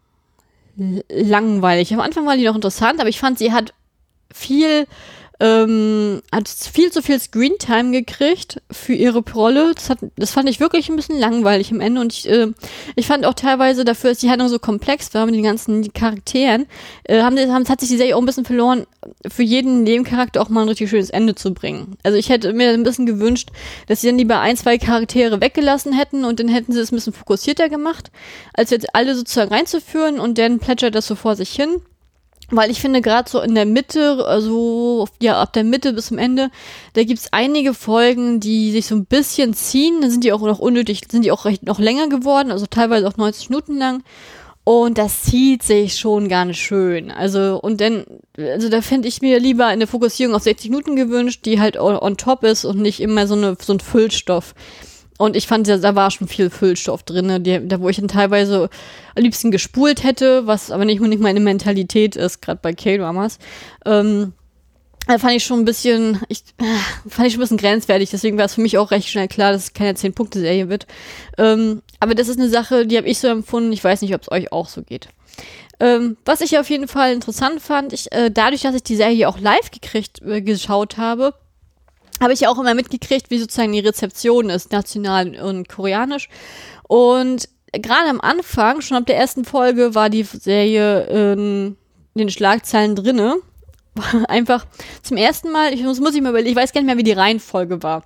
S1: l- langweilig. Am Anfang war die noch interessant, aber ich fand, sie hat viel Ähm, hat viel zu viel Screentime gekriegt für ihre Rolle. Das, hat, das fand ich wirklich ein bisschen langweilig am Ende und ich, äh, ich fand auch teilweise dafür, dass die Handlung so komplex war mit den ganzen Charakteren, äh, haben, haben, hat sich die Serie auch ein bisschen verloren, für jeden Nebencharakter auch mal ein richtig schönes Ende zu bringen. Also ich hätte mir ein bisschen gewünscht, dass sie dann lieber ein, zwei Charaktere weggelassen hätten und dann hätten sie es ein bisschen fokussierter gemacht, als jetzt alle sozusagen reinzuführen und dann plätschert das so vor sich hin. Weil ich finde, gerade so in der Mitte, also ja, ab der Mitte bis zum Ende, da gibt's einige Folgen, die sich so ein bisschen ziehen. Dann sind die auch noch unnötig, sind die auch recht noch länger geworden, also teilweise auch neunzig Minuten lang. Und das zieht sich schon ganz schön. Also, und dann, also da fände ich mir lieber eine Fokussierung auf sechzig Minuten gewünscht, die halt on top ist und nicht immer so eine so ein Füllstoff. Und ich fand, da war schon viel Füllstoff drin, die, da wo ich dann teilweise am liebsten gespult hätte, was aber nicht unbedingt meine Mentalität ist, gerade bei K-Dramas. Ähm, da fand ich schon ein bisschen, ich, äh, fand ich schon ein bisschen grenzwertig, deswegen war es für mich auch recht schnell klar, dass es keine zehn-Punkte-Serie wird. Ähm, aber das ist eine Sache, die habe ich so empfunden, ich weiß nicht, ob es euch auch so geht. Ähm, was ich auf jeden Fall interessant fand, ich, äh, dadurch, dass ich die Serie auch live gekriegt, äh, geschaut habe, habe ich ja auch immer mitgekriegt, wie sozusagen die Rezeption ist, national und koreanisch. Und gerade am Anfang, schon ab der ersten Folge, war die Serie in den Schlagzeilen drinne. Einfach zum ersten Mal, ich muss, muss ich mal überlegen, ich weiß gar nicht mehr, wie die Reihenfolge war.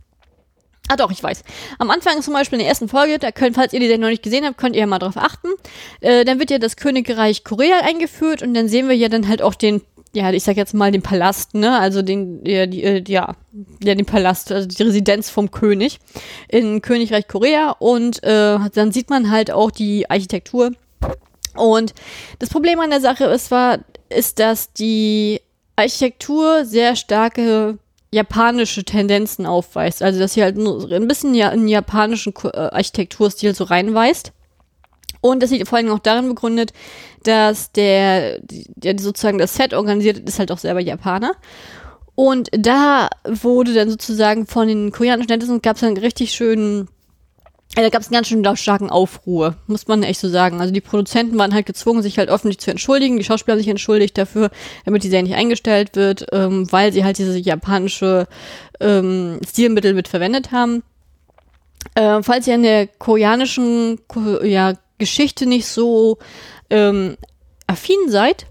S1: Ah doch, ich weiß. Am Anfang zum Beispiel in der ersten Folge, da könnt, falls ihr die Serie noch nicht gesehen habt, könnt ihr ja mal drauf achten. Äh, dann wird ja das Königreich Korea eingeführt und dann sehen wir ja dann halt auch den, ja, ich sag jetzt mal den Palast, ne, also den, ja, die, äh, ja, ja, den Palast, also die Residenz vom König in Königreich Korea und äh, dann sieht man halt auch die Architektur. Und das Problem an der Sache ist, war, ist, dass die Architektur sehr starke japanische Tendenzen aufweist. Also, dass sie halt nur ein bisschen ja in japanischen äh, Architekturstil so reinweist. Und das liegt vor allem auch darin begründet, dass der, der sozusagen das Set organisiert ist, halt auch selber Japaner. Und da wurde dann sozusagen von den koreanischen Tendenzen gab es einen richtig schönen Da gab es einen ganz schön starken Aufruhr, muss man echt so sagen. Also die Produzenten waren halt gezwungen, sich halt öffentlich zu entschuldigen. Die Schauspieler haben sich entschuldigt dafür, damit die Serie nicht eingestellt wird, ähm, weil sie halt diese japanische ähm, Stilmittel mit verwendet haben. Äh, falls ihr an der koreanischen ja, Geschichte nicht so ähm, affin seid,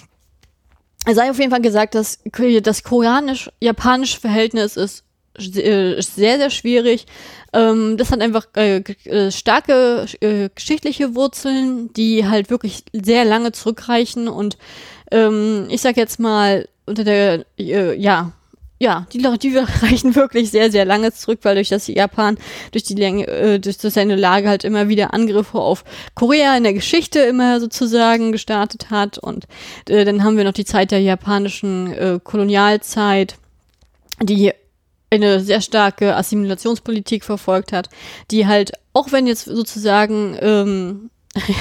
S1: sei auf jeden Fall gesagt, dass das koreanisch-japanische Verhältnis ist ist sehr, sehr schwierig. Ähm, das hat einfach äh, äh, starke äh, geschichtliche Wurzeln, die halt wirklich sehr lange zurückreichen und ähm, ich sag jetzt mal, unter der, äh, ja, ja, die, die reichen wirklich sehr, sehr lange zurück, weil durch das Japan, durch die Länge, äh, durch seine Lage halt immer wieder Angriffe auf Korea in der Geschichte immer sozusagen gestartet hat und äh, dann haben wir noch die Zeit der japanischen äh, Kolonialzeit, die eine sehr starke Assimilationspolitik verfolgt hat, die halt, auch wenn jetzt sozusagen ähm,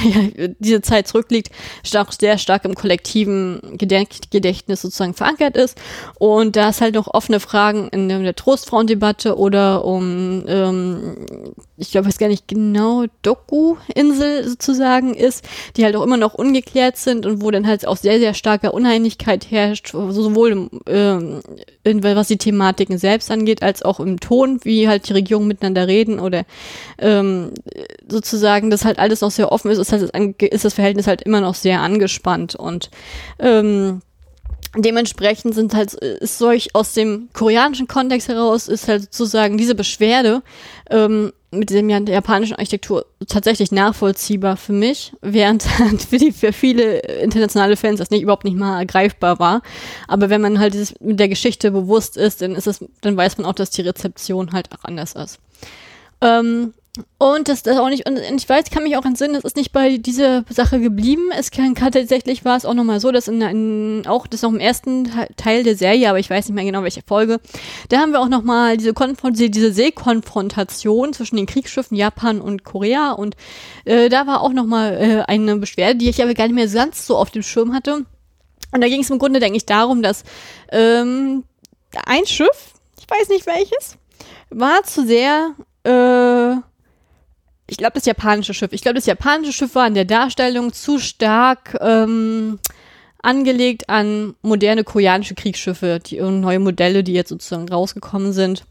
S1: diese Zeit zurückliegt, stark, sehr stark im kollektiven Gedenk- Gedächtnis sozusagen verankert ist. Und da es halt noch offene Fragen in der Trostfrauendebatte oder um, ähm, ich glaube, ich weiß gar nicht genau, Doku-Insel sozusagen ist, die halt auch immer noch ungeklärt sind und wo dann halt auch sehr, sehr starke Uneinigkeit herrscht, sowohl im, ähm, in, was die Thematiken selbst angeht, als auch im Ton, wie halt die Regierungen miteinander reden oder ähm, sozusagen das halt alles noch sehr offen ist, ist, halt, ist das Verhältnis halt immer noch sehr angespannt und ähm, dementsprechend sind halt, ist solch aus dem koreanischen Kontext heraus, ist halt sozusagen diese Beschwerde ähm, mit dem japanischen Architektur tatsächlich nachvollziehbar für mich, während für, die, für viele internationale Fans das nicht überhaupt nicht mal greifbar war. Aber wenn man halt dieses, mit der Geschichte bewusst ist, dann ist es, dann weiß man auch, dass die Rezeption halt auch anders ist. Ähm, Und das, das auch nicht, und ich weiß, kann mich auch entsinnen, es ist nicht bei dieser Sache geblieben. Es kann, kann tatsächlich war es auch nochmal so, dass in, in auch das noch im ersten Teil der Serie, aber ich weiß nicht mehr genau welche Folge, da haben wir auch nochmal diese, Konfront- diese Seekonfrontation zwischen den Kriegsschiffen Japan und Korea und äh, da war auch nochmal äh, eine Beschwerde, die ich aber gar nicht mehr ganz so auf dem Schirm hatte. Und da ging es im Grunde, denke ich, darum, dass ähm, ein Schiff, ich weiß nicht welches, war zu sehr äh, ich glaube, das japanische Schiff. Ich glaube, das japanische Schiff war in der Darstellung zu stark ähm, angelegt an moderne koreanische Kriegsschiffe, die neue Modelle, die jetzt sozusagen rausgekommen sind.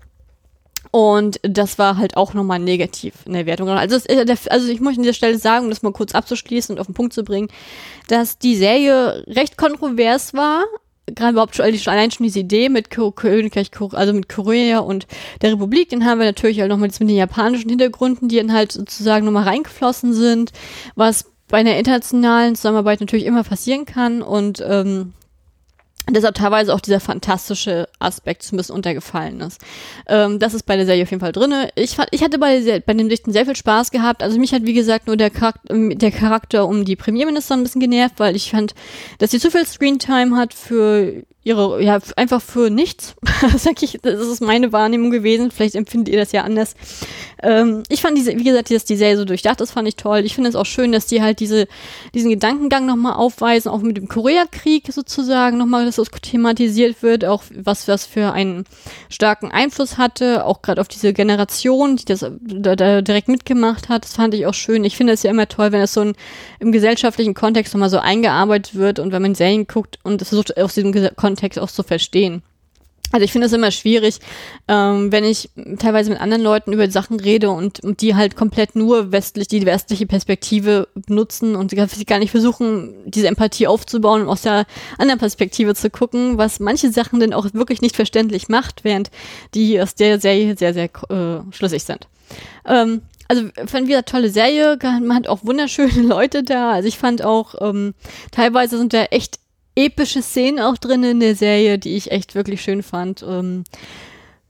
S1: Und das war halt auch nochmal negativ in der Wertung. Also, es, also ich muss an dieser Stelle sagen, um das mal kurz abzuschließen und auf den Punkt zu bringen, dass die Serie recht kontrovers war. Gerade überhaupt schon, allein schon diese Idee mit Königreich, also mit Korea und der Republik, den haben wir natürlich halt nochmal mit den japanischen Hintergründen, die dann halt sozusagen nochmal reingeflossen sind, was bei einer internationalen Zusammenarbeit natürlich immer passieren kann und ähm, deshalb teilweise auch dieser fantastische Aspekt so ein bisschen untergefallen ist. Ähm, das ist bei der Serie auf jeden Fall drinne. Ich fand, ich hatte bei, der, bei dem Sichten sehr viel Spaß gehabt. Also mich hat, wie gesagt, nur der Charakter, der Charakter um die Premierministerin ein bisschen genervt, weil ich fand, dass sie zu viel Screentime hat für ihre, ja, einfach für nichts. Sag ich, das ist meine Wahrnehmung gewesen. Vielleicht empfindet ihr das ja anders. Ähm, ich fand diese, wie gesagt, dass die Serie so durchdacht ist, fand ich toll. Ich finde es auch schön, dass die halt diese, diesen Gedankengang nochmal aufweisen, auch mit dem Koreakrieg sozusagen nochmal, dass das thematisiert wird, auch was, was für einen starken Einfluss hatte, auch gerade auf diese Generation, die das da, da direkt mitgemacht hat. Das fand ich auch schön. Ich finde es ja immer toll, wenn es so ein, im gesellschaftlichen Kontext nochmal so eingearbeitet wird und wenn man Serien guckt und es versucht, aus diesem Kontext auch zu verstehen. Also ich finde es immer schwierig, ähm, wenn ich teilweise mit anderen Leuten über Sachen rede und, und die halt komplett nur westlich, die westliche Perspektive benutzen und sie gar nicht versuchen, diese Empathie aufzubauen und aus der anderen Perspektive zu gucken, was manche Sachen dann auch wirklich nicht verständlich macht, während die aus der Serie sehr, sehr äh, schlüssig sind. Ähm, Also fand wieder tolle Serie, man hat auch wunderschöne Leute da, also ich fand auch, ähm, teilweise sind da echt epische Szenen auch drin in der Serie, die ich echt wirklich schön fand. Ähm,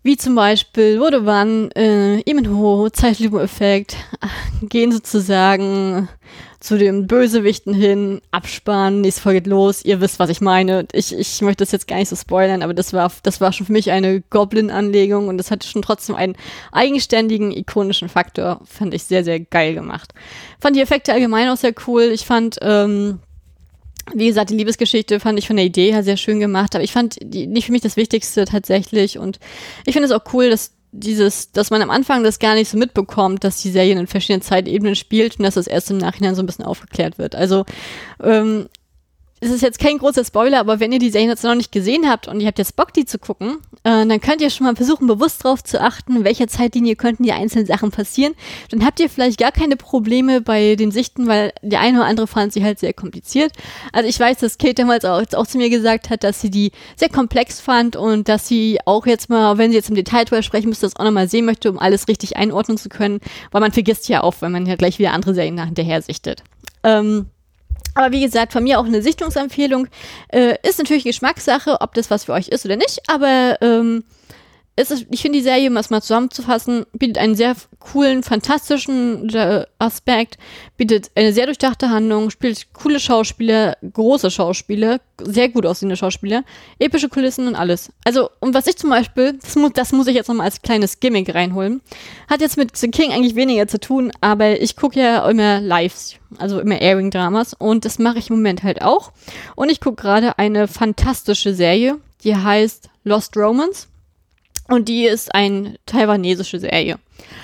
S1: wie zum Beispiel wurde wann äh, Imenho, Zeitlupeneffekt, gehen sozusagen zu den Bösewichten hin, absparen, nächste Folge geht los, ihr wisst, was ich meine. Ich, ich möchte das jetzt gar nicht so spoilern, aber das war, das war schon für mich eine Goblin-Anlegung und das hatte schon trotzdem einen eigenständigen, ikonischen Faktor. Fand ich sehr, sehr geil gemacht. Fand die Effekte allgemein auch sehr cool. Ich fand, ähm, wie gesagt, die Liebesgeschichte fand ich von der Idee her sehr schön gemacht, aber ich fand die nicht für mich das Wichtigste tatsächlich und ich finde es auch cool, dass dieses, dass man am Anfang das gar nicht so mitbekommt, dass die Serie in verschiedenen Zeitebenen spielt und dass das erst im Nachhinein so ein bisschen aufgeklärt wird. Also ähm, es ist jetzt kein großer Spoiler, aber wenn ihr die Serie jetzt noch nicht gesehen habt und ihr habt jetzt Bock, die zu gucken, äh, dann könnt ihr schon mal versuchen, bewusst drauf zu achten, in welcher Zeitlinie könnten die einzelnen Sachen passieren. Dann habt ihr vielleicht gar keine Probleme bei den Sichten, weil der eine oder andere fand sie halt sehr kompliziert. Also ich weiß, dass Kate damals auch, auch zu mir gesagt hat, dass sie die sehr komplex fand und dass sie auch jetzt mal, wenn sie jetzt im Detail drüber sprechen müsste, das auch nochmal sehen möchte, um alles richtig einordnen zu können, weil man vergisst ja auch, wenn man ja gleich wieder andere Serien hinterher sichtet. Ähm, Aber wie gesagt, von mir auch eine Sichtungsempfehlung. Äh, ist natürlich Geschmackssache, ob das was für euch ist oder nicht. Aber ähm, es ist, ich finde die Serie, um das mal zusammenzufassen, bietet einen sehr coolen, fantastischen äh, Aspekt, bietet eine sehr durchdachte Handlung, spielt coole Schauspieler, große Schauspieler, sehr gut aussehende Schauspieler, epische Kulissen und alles. Also, und was ich zum Beispiel, das muss, das muss ich jetzt nochmal als kleines Gimmick reinholen, hat jetzt mit The King eigentlich weniger zu tun, aber ich gucke ja immer Lives, also immer Airing-Dramas und das mache ich im Moment halt auch. Und ich gucke gerade eine fantastische Serie, die heißt Lost Romance. Und die ist eine taiwanesische Serie.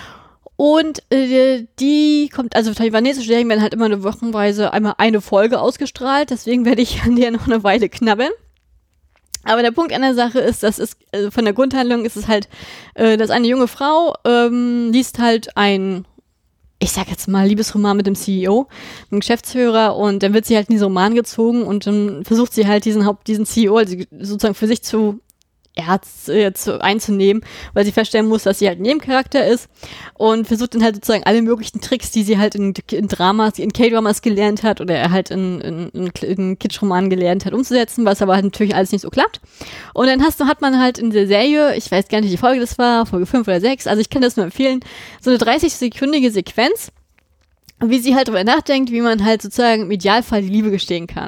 S1: Und äh, die kommt, also taiwanesische Serien werden halt immer eine Wochenweise einmal eine Folge ausgestrahlt, deswegen werde ich an der noch eine Weile knabbeln. Aber der Punkt an der Sache ist, dass es äh, von der Grundhandlung ist es halt, äh, dass eine junge Frau ähm, liest halt ein, ich sag jetzt mal, Liebesroman mit dem C E O, einem Geschäftsführer, und dann wird sie halt in diesen Roman gezogen und dann versucht sie halt diesen Haupt, diesen C E O also sozusagen für sich zu Ja, zu, zu, einzunehmen, weil sie feststellen muss, dass sie halt ein Nebencharakter ist und versucht dann halt sozusagen alle möglichen Tricks, die sie halt in, in Dramas, in K-Dramas gelernt hat oder er halt in, in, in, in Kitsch-Romanen gelernt hat, umzusetzen, was aber halt natürlich alles nicht so klappt. Und dann hast du, hat man halt in der Serie, ich weiß gar nicht, welche Folge das war, Folge fünf oder sechs, also ich kann das nur empfehlen, so eine dreißig-sekündige Sequenz, wie sie halt darüber nachdenkt, wie man halt sozusagen im Idealfall die Liebe gestehen kann.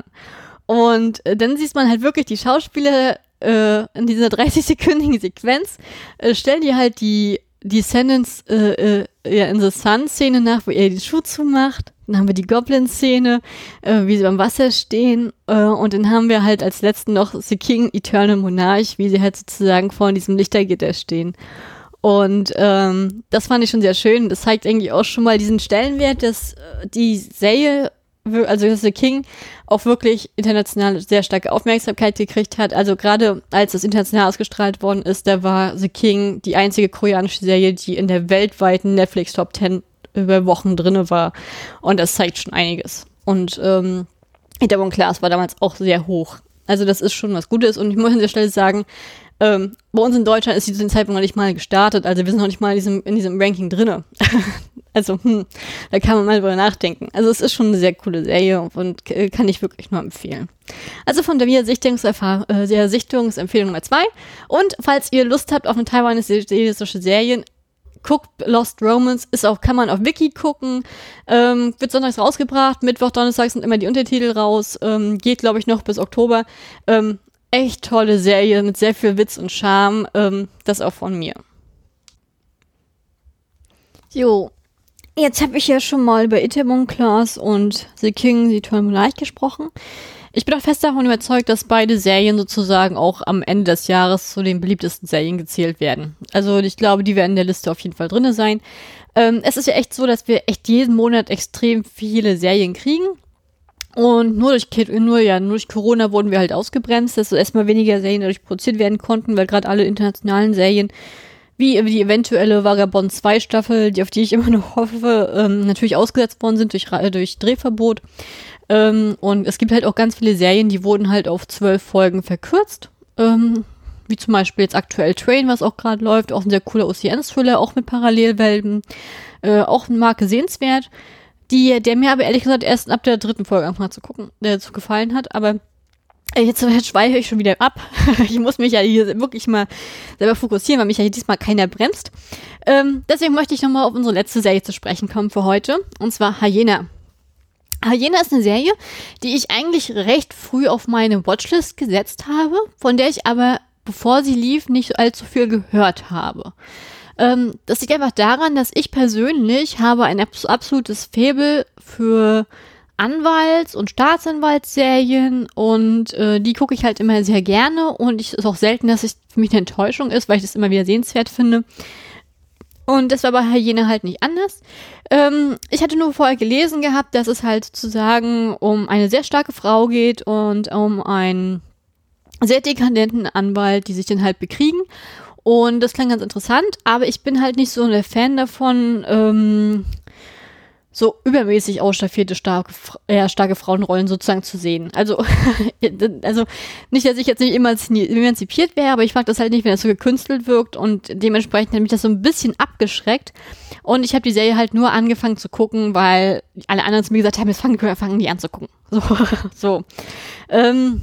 S1: Und äh, dann sieht man halt wirklich die Schauspieler äh, in dieser dreißig-sekündigen Sequenz, äh, stellen die halt die Descendants äh, äh, ja, in the Sun-Szene nach, wo er den Schuh zumacht. Dann haben wir die Goblin-Szene, äh, wie sie beim Wasser stehen. Äh, und dann haben wir halt als letzten noch The King, Eternal Monarch, wie sie halt sozusagen vor diesem Lichtergitter stehen. Und ähm, das fand ich schon sehr schön. Das zeigt eigentlich auch schon mal diesen Stellenwert, dass äh, die Serie, also dass The King auch wirklich international sehr starke Aufmerksamkeit gekriegt hat. Also gerade als das international ausgestrahlt worden ist, da war The King die einzige koreanische Serie, die in der weltweiten Netflix Top Ten über Wochen drinne war. Und das zeigt schon einiges. Und ähm, Itaewon Class war damals auch sehr hoch. Also das ist schon was Gutes. Und ich muss an der Stelle sagen, ähm, bei uns in Deutschland ist die zu dem Zeitpunkt noch nicht mal gestartet. Also wir sind noch nicht mal in diesem, in diesem Ranking drinne. Also, hm, da kann man mal drüber nachdenken. Also es ist schon eine sehr coole Serie und äh, kann ich wirklich nur empfehlen. Also von der Sichtungserfahrung, äh, der Sichtungsempfehlung Nummer zwei. Und falls ihr Lust habt auf eine taiwanesische Serie, guckt Lost Romance, ist auch, kann man auf Wiki gucken, ähm, wird sonntags rausgebracht, Mittwoch, Donnerstag sind immer die Untertitel raus, ähm, geht glaube ich noch bis Oktober. Ähm, echt tolle Serie mit sehr viel Witz und Charme, ähm, das auch von mir. Jo. Jetzt habe ich ja schon mal über Itaewon Class und The King, The Eternal Monarch gesprochen. Ich bin auch fest davon überzeugt, dass beide Serien sozusagen auch am Ende des Jahres zu den beliebtesten Serien gezählt werden. Also ich glaube, die werden in der Liste auf jeden Fall drin sein. Ähm, es ist ja echt so, dass wir echt jeden Monat extrem viele Serien kriegen. Und nur durch, nur, ja, nur durch Corona wurden wir halt ausgebremst, dass so erstmal weniger Serien dadurch produziert werden konnten, weil gerade alle internationalen Serien wie die eventuelle Vagabond zwei Staffel, die auf die ich immer noch hoffe, ähm, natürlich ausgesetzt worden sind durch, durch Drehverbot. Ähm, und es gibt halt auch ganz viele Serien, die wurden halt auf zwölf Folgen verkürzt. Ähm, wie zum Beispiel jetzt aktuell Train, was auch gerade läuft. Auch ein sehr cooler O C N-Thriller, auch mit Parallelwelten. Äh, auch eine Marke sehenswert. Die, der mir aber ehrlich gesagt erst ab der dritten Folge angefangen zu gucken, der zu gefallen hat. Aber Jetzt, jetzt schweife ich schon wieder ab. Ich muss mich ja hier wirklich mal selber fokussieren, weil mich ja hier diesmal keiner bremst. Ähm, deswegen möchte ich nochmal auf unsere letzte Serie zu sprechen kommen für heute. Und zwar Hyena. Hyena ist eine Serie, die ich eigentlich recht früh auf meine Watchlist gesetzt habe, von der ich aber, bevor sie lief, nicht allzu viel gehört habe. Ähm, das liegt einfach daran, dass ich persönlich habe ein absolutes Faible für Anwalts- und Staatsanwaltsserien und äh, die gucke ich halt immer sehr gerne und es ist auch selten, dass es für mich eine Enttäuschung ist, weil ich das immer wieder sehenswert finde. Und das war bei Hyena halt nicht anders. Ähm, ich hatte nur vorher gelesen gehabt, dass es halt sozusagen um eine sehr starke Frau geht und um einen sehr dekadenten Anwalt, die sich dann halt bekriegen. Und das klang ganz interessant, aber ich bin halt nicht so der Fan davon, ähm, so übermäßig ausstaffierte starke, äh, starke Frauenrollen sozusagen zu sehen. Also, also nicht, dass ich jetzt nicht emanzipiert wäre, aber ich mag das halt nicht, wenn das so gekünstelt wirkt und dementsprechend hat mich das so ein bisschen abgeschreckt. Und ich habe die Serie halt nur angefangen zu gucken, weil alle anderen zu mir gesagt haben, jetzt fangen, fangen die an zu gucken. So, so. Ähm,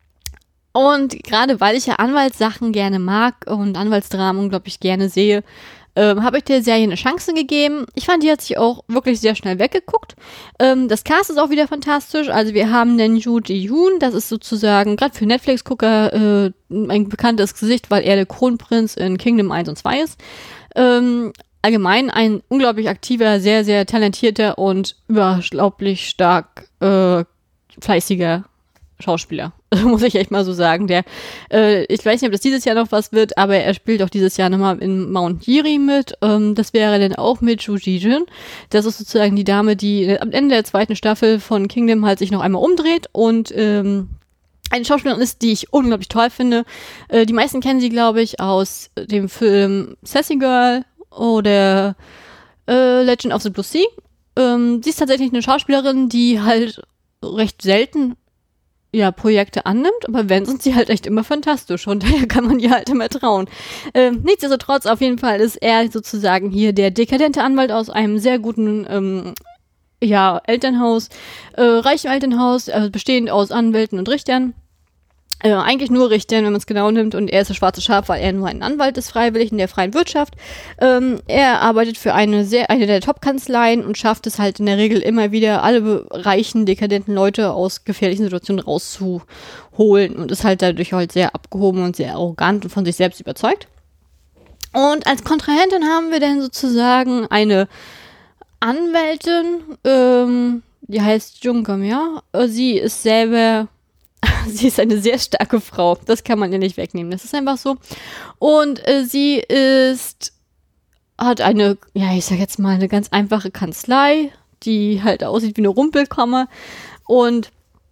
S1: und gerade weil ich ja Anwaltssachen gerne mag und Anwaltsdramen unglaublich gerne sehe, Ähm, habe ich der Serie eine Chance gegeben. Ich fand, die hat sich auch wirklich sehr schnell weggeguckt. Ähm, das Cast ist auch wieder fantastisch. Also wir haben den Yoo Ji-hoon, das ist sozusagen gerade für Netflix-Gucker äh, ein bekanntes Gesicht, weil er der Kronprinz in Kingdom eins und zwei ist. Ähm, allgemein ein unglaublich aktiver, sehr, sehr talentierter und unglaublich stark äh, fleißiger Schauspieler, muss ich echt mal so sagen. Der, äh, ich weiß nicht, ob das dieses Jahr noch was wird, aber er spielt auch dieses Jahr nochmal in Mount Yiri mit. Ähm, das wäre dann auch mit Joo Ji-jun. Das ist sozusagen die Dame, die am Ende der zweiten Staffel von Kingdom halt sich noch einmal umdreht und ähm, eine Schauspielerin ist, die ich unglaublich toll finde. Äh, die meisten kennen sie, glaube ich, aus dem Film Sassy Girl oder äh, Legend of the Blue Sea. Ähm, sie ist tatsächlich eine Schauspielerin, die halt recht selten ja, Projekte annimmt, aber wenn, sind sie halt echt immer fantastisch und daher kann man ihr halt immer trauen. Ähm, nichtsdestotrotz, auf jeden Fall ist er sozusagen hier der dekadente Anwalt aus einem sehr guten ähm, ja, Elternhaus, äh, reichem Elternhaus, also bestehend aus Anwälten und Richtern. Äh, eigentlich nur Richtern, wenn man es genau nimmt, und er ist das schwarze Schaf, weil er nur ein Anwalt ist, freiwillig in der freien Wirtschaft. Ähm, er arbeitet für eine sehr eine der Top-Kanzleien und schafft es halt in der Regel immer wieder, alle reichen, dekadenten Leute aus gefährlichen Situationen rauszuholen und ist halt dadurch halt sehr abgehoben und sehr arrogant und von sich selbst überzeugt. Und als Kontrahentin haben wir dann sozusagen eine Anwältin, ähm, die heißt Jung Kam-ja. Sie ist selber Sie ist eine sehr starke Frau. Das kann man ihr nicht wegnehmen. Das ist einfach so. Und äh, sie ist, hat eine, ja, ich sag jetzt mal, eine ganz einfache Kanzlei, die halt aussieht wie eine Rumpelkammer. Und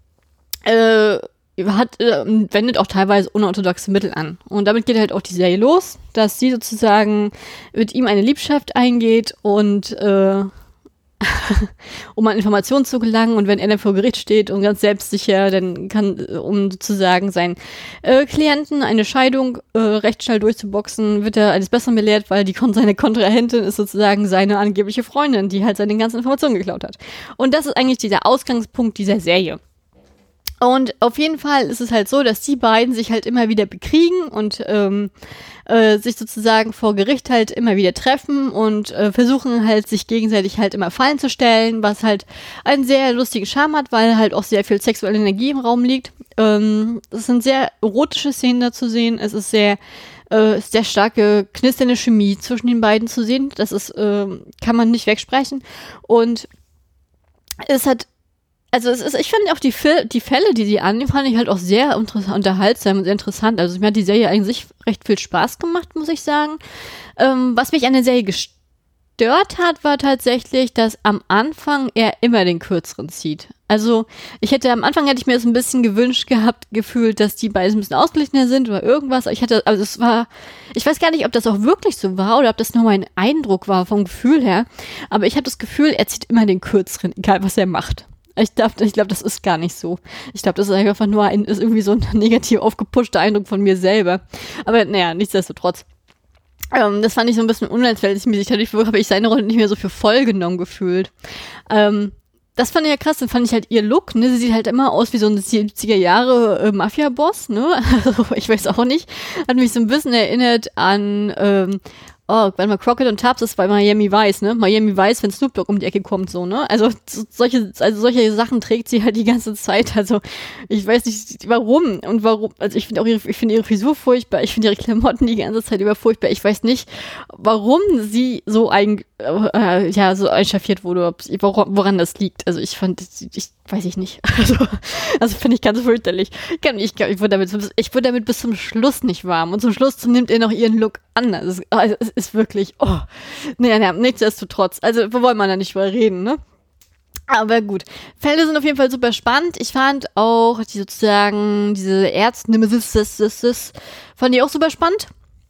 S1: äh, hat, äh, wendet auch teilweise unorthodoxe Mittel an. Und damit geht halt auch die Serie los, dass sie sozusagen mit ihm eine Liebschaft eingeht und äh, um an Informationen zu gelangen, und wenn er dann vor Gericht steht und ganz selbstsicher, dann kann, um sozusagen seinen äh, Klienten eine Scheidung äh, recht schnell durchzuboxen, wird er eines Besseren belehrt, weil die seine Kontrahentin ist sozusagen seine angebliche Freundin, die halt seine ganzen Informationen geklaut hat. Und das ist eigentlich dieser Ausgangspunkt dieser Serie. Und auf jeden Fall ist es halt so, dass die beiden sich halt immer wieder bekriegen und ähm, äh, sich sozusagen vor Gericht halt immer wieder treffen und äh, versuchen halt sich gegenseitig halt immer Fallen zu stellen, was halt einen sehr lustigen Charme hat, weil halt auch sehr viel sexuelle Energie im Raum liegt. Ähm, es sind sehr erotische Szenen da zu sehen. Es ist sehr äh, sehr starke knisternde Chemie zwischen den beiden zu sehen. Das ist äh, kann man nicht wegsprechen. Und es hat Also es ist, ich finde auch die, die Fälle, die sie annehmen, fand ich halt auch sehr unter- unterhaltsam und sehr interessant. Also mir hat die Serie eigentlich recht viel Spaß gemacht, muss ich sagen. Ähm, was mich an der Serie gestört hat, war tatsächlich, dass am Anfang er immer den Kürzeren zieht. Also ich hätte, am Anfang hätte ich mir das ein bisschen gewünscht gehabt, gefühlt, dass die beiden ein bisschen ausgeglichener sind oder irgendwas. Ich hatte, also es war, ich weiß gar nicht, ob das auch wirklich so war oder ob das nur mein Eindruck war vom Gefühl her. Aber ich habe das Gefühl, er zieht immer den Kürzeren, egal was er macht. Ich glaube, ich glaub, das ist gar nicht so. Ich glaube, das ist einfach nur ein, ist irgendwie so ein negativ aufgepushter Eindruck von mir selber. Aber naja, nichtsdestotrotz. Ähm, das fand ich so ein bisschen unanständig. Dadurch habe ich seine Rolle nicht mehr so für voll genommen gefühlt. Ähm, das fand ich ja krass, dann fand ich halt ihr Look, ne, sie sieht halt immer aus wie so ein siebziger Jahre äh, Mafia-Boss, ne, also ich weiß auch nicht, hat mich so ein bisschen erinnert an, ähm, oh, warte mal, Crockett und Tubbs ist bei Miami Vice, ne? Miami Vice, wenn Snoop Dogg um die Ecke kommt, so, ne? Also so, solche, also solche Sachen trägt sie halt die ganze Zeit. Also ich weiß nicht, warum und warum. Also ich finde auch ihre, ich finde ihre Frisur furchtbar. Ich finde ihre Klamotten die ganze Zeit über furchtbar. Ich weiß nicht, warum sie so ein, äh, ja, so einschaffiert wurde, woran, woran das liegt. Also ich fand, ich weiß ich nicht. Also, also finde ich ganz fürchterlich. Ich, kann, ich, ich, wurde damit, ich wurde damit bis zum Schluss nicht warm. Und zum Schluss nimmt er noch ihren Look an. Also, also es ist wirklich, oh, naja, naja, nichtsdestotrotz. Also, wo wollen wir da nicht drüber reden, ne? Aber gut. Fälle sind auf jeden Fall super spannend. Ich fand auch die sozusagen, diese Ärzte-Nemesis, das, das, das, fand ich auch super spannend.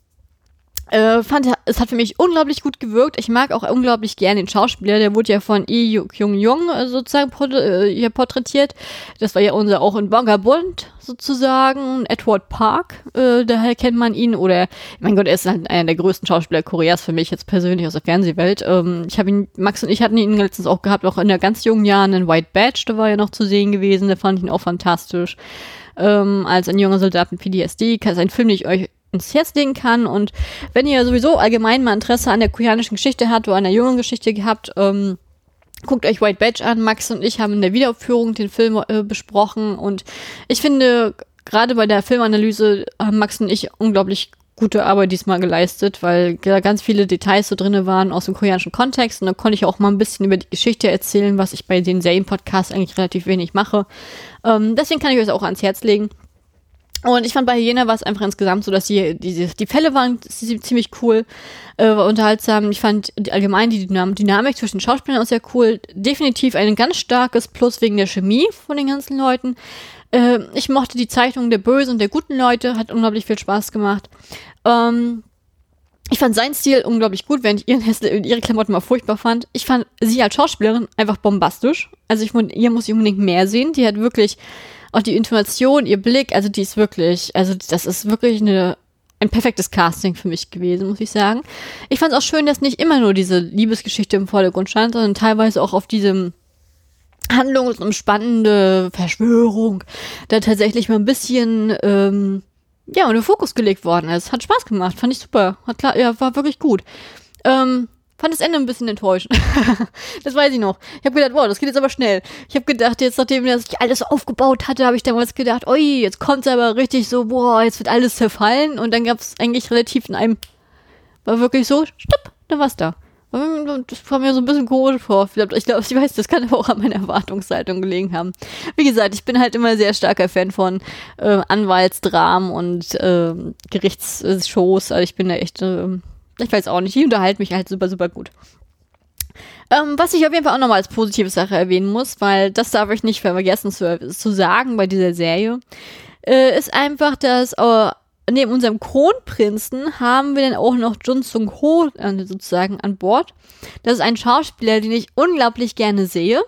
S1: Äh, fand, es hat für mich unglaublich gut gewirkt. Ich mag auch unglaublich gerne den Schauspieler. Der wurde ja von Lee Kyung-jung äh, sozusagen äh, hier porträtiert. Das war ja unser auch in Vagabond sozusagen. Edward Park, äh, daher kennt man ihn. Oder, mein Gott, er ist halt einer der größten Schauspieler Koreas für mich jetzt persönlich aus der Fernsehwelt. Ähm, ich habe ihn, Max und ich hatten ihn letztens auch gehabt, auch in der ganz jungen Jahren in White Badge, da war er noch zu sehen gewesen. Da fand ich ihn auch fantastisch. Ähm, als ein junger Soldat mit P T S D. Das ist ein Film, den ich euch ins Herz legen kann, und wenn ihr sowieso allgemein mal Interesse an der koreanischen Geschichte habt oder an der jungen Geschichte gehabt, ähm, guckt euch White Badge an. Max und ich haben in der Wiederaufführung den Film äh, besprochen, und ich finde, gerade bei der Filmanalyse haben Max und ich unglaublich gute Arbeit diesmal geleistet, weil da ganz viele Details so drin waren aus dem koreanischen Kontext, und da konnte ich auch mal ein bisschen über die Geschichte erzählen, was ich bei den Serien-Podcasts eigentlich relativ wenig mache. Ähm, deswegen kann ich euch auch ans Herz legen. Und ich fand bei Hyena war es einfach insgesamt so, dass die, die, die Fälle waren ziemlich cool, äh, war unterhaltsam. Ich fand allgemein die Dynam- Dynamik zwischen den Schauspielern auch sehr cool. Definitiv ein ganz starkes Plus wegen der Chemie von den ganzen Leuten. Äh, ich mochte die Zeichnung der bösen und der guten Leute, hat unglaublich viel Spaß gemacht. Ähm, ich fand seinen Stil unglaublich gut, während ich ihren, ihre Klamotten mal furchtbar fand. Ich fand sie als Schauspielerin einfach bombastisch. Also ich, ihr muss ich unbedingt mehr sehen. Die hat wirklich auch die Intonation, ihr Blick, also die ist wirklich, also das ist wirklich eine, ein perfektes Casting für mich gewesen, muss ich sagen. Ich fand es auch schön, dass nicht immer nur diese Liebesgeschichte im Vordergrund stand, sondern teilweise auch auf diesem handlungsumspannende Verschwörung da tatsächlich mal ein bisschen, ähm, ja, unter Fokus gelegt worden ist. Hat Spaß gemacht, fand ich super. Hat klar, ja, war wirklich gut. Ähm, Fand das Ende ein bisschen enttäuschend. Das weiß ich noch. Ich habe gedacht, wow, das geht jetzt aber schnell. Ich habe gedacht, jetzt nachdem er sich alles so aufgebaut hatte, habe ich damals gedacht, oi, jetzt kommt's aber richtig so, boah, jetzt wird alles zerfallen. Und dann gab's eigentlich relativ in einem, war wirklich so, stopp, dann war's da. Das kam mir so ein bisschen komisch vor. Ich glaube, ich, glaub, ich weiß, das kann aber auch an meiner Erwartungshaltung gelegen haben. Wie gesagt, ich bin halt immer sehr starker Fan von äh, Anwaltsdramen und äh, Gerichtsshows. Also ich bin da echt... Äh, Ich weiß auch nicht, die unterhalten mich halt super, super gut. Ähm, was ich auf jeden Fall auch nochmal als positive Sache erwähnen muss, weil das darf ich nicht vergessen zu, zu sagen bei dieser Serie, äh, ist einfach, dass äh, neben unserem Kronprinzen haben wir dann auch noch Jun Sung-ho äh, sozusagen an Bord. Das ist ein Schauspieler, den ich unglaublich gerne sehe.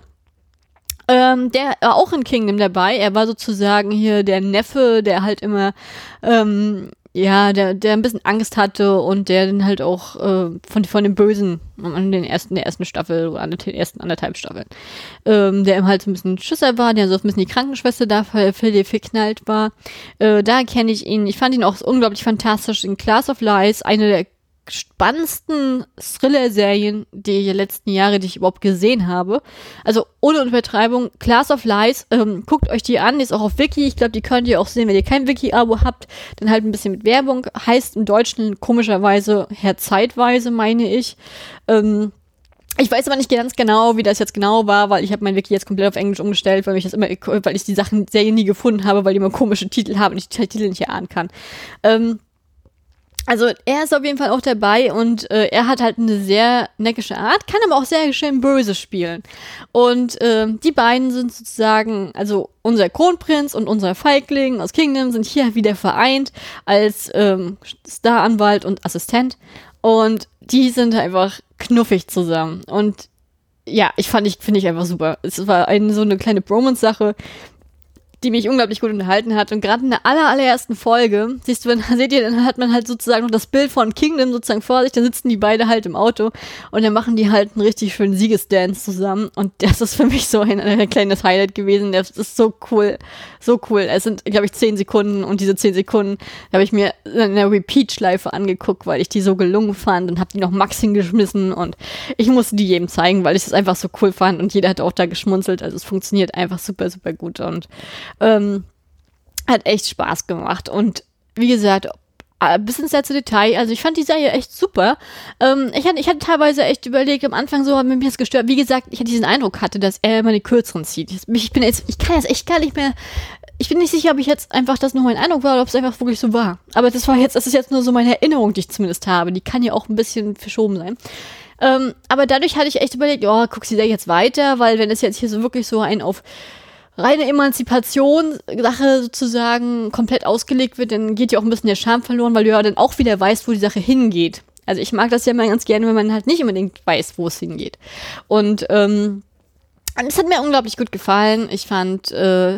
S1: Ähm, der war auch in Kingdom dabei. Er war sozusagen hier der Neffe, der halt immer ähm, ja, der, der ein bisschen Angst hatte und der dann halt auch äh, von, von dem Bösen an den ersten, der ersten Staffel oder an den ersten anderthalb Staffeln, ähm, der ihm halt so ein bisschen Schisser war, der so ein bisschen die Krankenschwester da verknallt war. Äh, da kenne ich ihn. Ich fand ihn auch unglaublich fantastisch in Class of Lies, eine der spannendsten Thriller-Serien die letzten Jahre, die ich überhaupt gesehen habe. Also ohne Übertreibung, Class of Lies, ähm, guckt euch die an, die ist auch auf Wiki. Ich glaube, die könnt ihr auch sehen, wenn ihr kein Wiki-Abo habt. Dann halt ein bisschen mit Werbung. Heißt im Deutschen komischerweise Herr Zeitweise, meine ich. Ähm, ich weiß aber nicht ganz genau, wie das jetzt genau war, weil ich habe mein Wiki jetzt komplett auf Englisch umgestellt, weil ich das immer, weil ich die Sachen Serien nie gefunden habe, weil die immer komische Titel haben und ich die Titel nicht erahnen kann. Ähm, Also er ist auf jeden Fall auch dabei, und äh, er hat halt eine sehr neckische Art, kann aber auch sehr schön böse spielen. Und äh, die beiden sind sozusagen, also unser Kronprinz und unser Feigling aus Kingdom sind hier wieder vereint als ähm, Staranwalt und Assistent. Und die sind einfach knuffig zusammen. Und ja, ich fand, ich finde ich einfach super. Es war eine, so eine kleine Bromance-Sache. die mich unglaublich gut unterhalten hat. Und gerade in der aller, allerersten Folge, siehst du, wenn, seht ihr, dann hat man halt sozusagen noch das Bild von Kingdom sozusagen vor sich, da sitzen die beide halt im Auto und dann machen die halt einen richtig schönen Siegesdance zusammen. Und das ist für mich so ein, ein kleines Highlight gewesen. Das ist so cool, so cool. Es sind, glaube ich, zehn Sekunden und diese zehn Sekunden habe ich mir in der Repeat-Schleife angeguckt, weil ich die so gelungen fand und habe die noch Max hingeschmissen und ich musste die jedem zeigen, weil ich es einfach so cool fand und jeder hat auch da geschmunzelt. Also es funktioniert einfach super, super gut und ähm, hat echt Spaß gemacht. Und wie gesagt, ein bisschen sehr zu Detail. Also ich fand die Serie echt super. Ähm, ich, hatte, ich hatte teilweise echt überlegt, am Anfang so, hat mir das gestört. Wie gesagt, ich hatte diesen Eindruck hatte, dass er immer die Kürzeren zieht. Ich bin jetzt, ich kann jetzt echt gar nicht mehr, ich bin nicht sicher, ob ich jetzt einfach das nur mein Eindruck war oder ob es einfach wirklich so war. Aber das war jetzt, das ist jetzt nur so meine Erinnerung, die ich zumindest habe. Die kann ja auch ein bisschen verschoben sein. Ähm, aber dadurch hatte ich echt überlegt, ja, guckst du da jetzt weiter, weil wenn es jetzt hier so wirklich so ein auf reine Emanzipation-Sache sozusagen komplett ausgelegt wird, dann geht ja auch ein bisschen der Charme verloren, weil du ja dann auch wieder weißt, wo die Sache hingeht. Also ich mag das ja immer ganz gerne, wenn man halt nicht unbedingt weiß, wo es hingeht. Und ähm, es hat mir unglaublich gut gefallen. Ich fand, äh,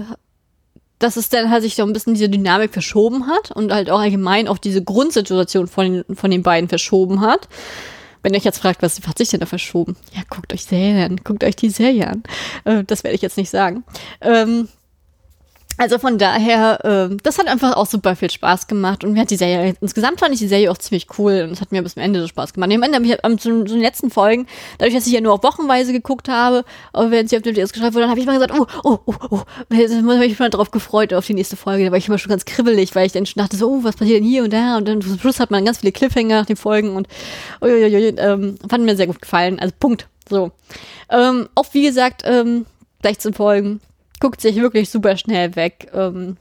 S1: dass es dann halt sich so ein bisschen diese Dynamik verschoben hat und halt auch allgemein auch diese Grundsituation von den, von den beiden verschoben hat. Wenn ihr euch jetzt fragt, was hat sich denn da verschoben? Ja, guckt euch Serien an, guckt euch die Serie an. Äh, das werde ich jetzt nicht sagen. Ähm, also von daher, äh, das hat einfach auch super viel Spaß gemacht und mir hat die Serie, insgesamt fand ich die Serie auch ziemlich cool und es hat mir bis zum Ende so Spaß gemacht. Und am Ende habe ich am so, so den letzten Folgen, dadurch, dass ich ja nur auf wochenweise geguckt habe, aber wenn sie auf Netflix geschrieben wurde, dann habe ich mal gesagt, oh, oh, oh, oh, da habe ich mich mal drauf gefreut auf die nächste Folge, da war ich immer schon ganz kribbelig, weil ich dann schon dachte so, oh, was passiert denn hier und da und dann zum Schluss hat man ganz viele Cliffhanger nach den Folgen und oh, oh, oh, oh, ähm, fand mir sehr gut gefallen, also Punkt, so. Ähm, auch wie gesagt, ähm, sechzehn Folgen, guckt sich wirklich super schnell weg. Ähm,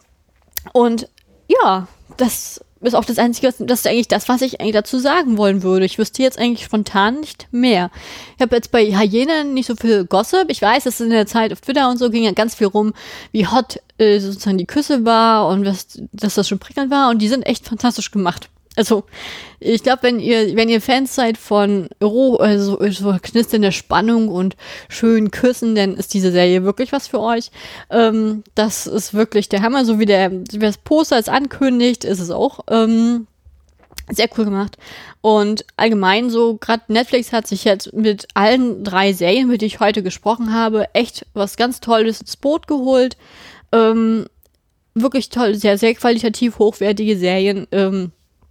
S1: und ja, das ist auch das Einzige, das ist eigentlich das, was ich eigentlich dazu sagen wollen würde. Ich wüsste jetzt eigentlich spontan nicht mehr. Ich habe jetzt bei Hyänen nicht so viel Gossip. Ich weiß, dass in der Zeit auf Twitter und so ging ja ganz viel rum, wie hot äh, sozusagen die Küsse war und was, dass das schon prickelnd war. Und die sind echt fantastisch gemacht. Also, ich glaube, wenn ihr, wenn ihr Fans seid von Euro, also so knisternde Spannung und schönen Küssen, dann ist diese Serie wirklich was für euch. Ähm, das ist wirklich der Hammer, so wie der, wie das Poster es ankündigt, ist es auch ähm, sehr cool gemacht. Und allgemein so, gerade Netflix hat sich jetzt mit allen drei Serien, mit denen ich heute gesprochen habe, echt was ganz Tolles ins Boot geholt. Ähm, wirklich toll, sehr, sehr qualitativ hochwertige Serien, ähm,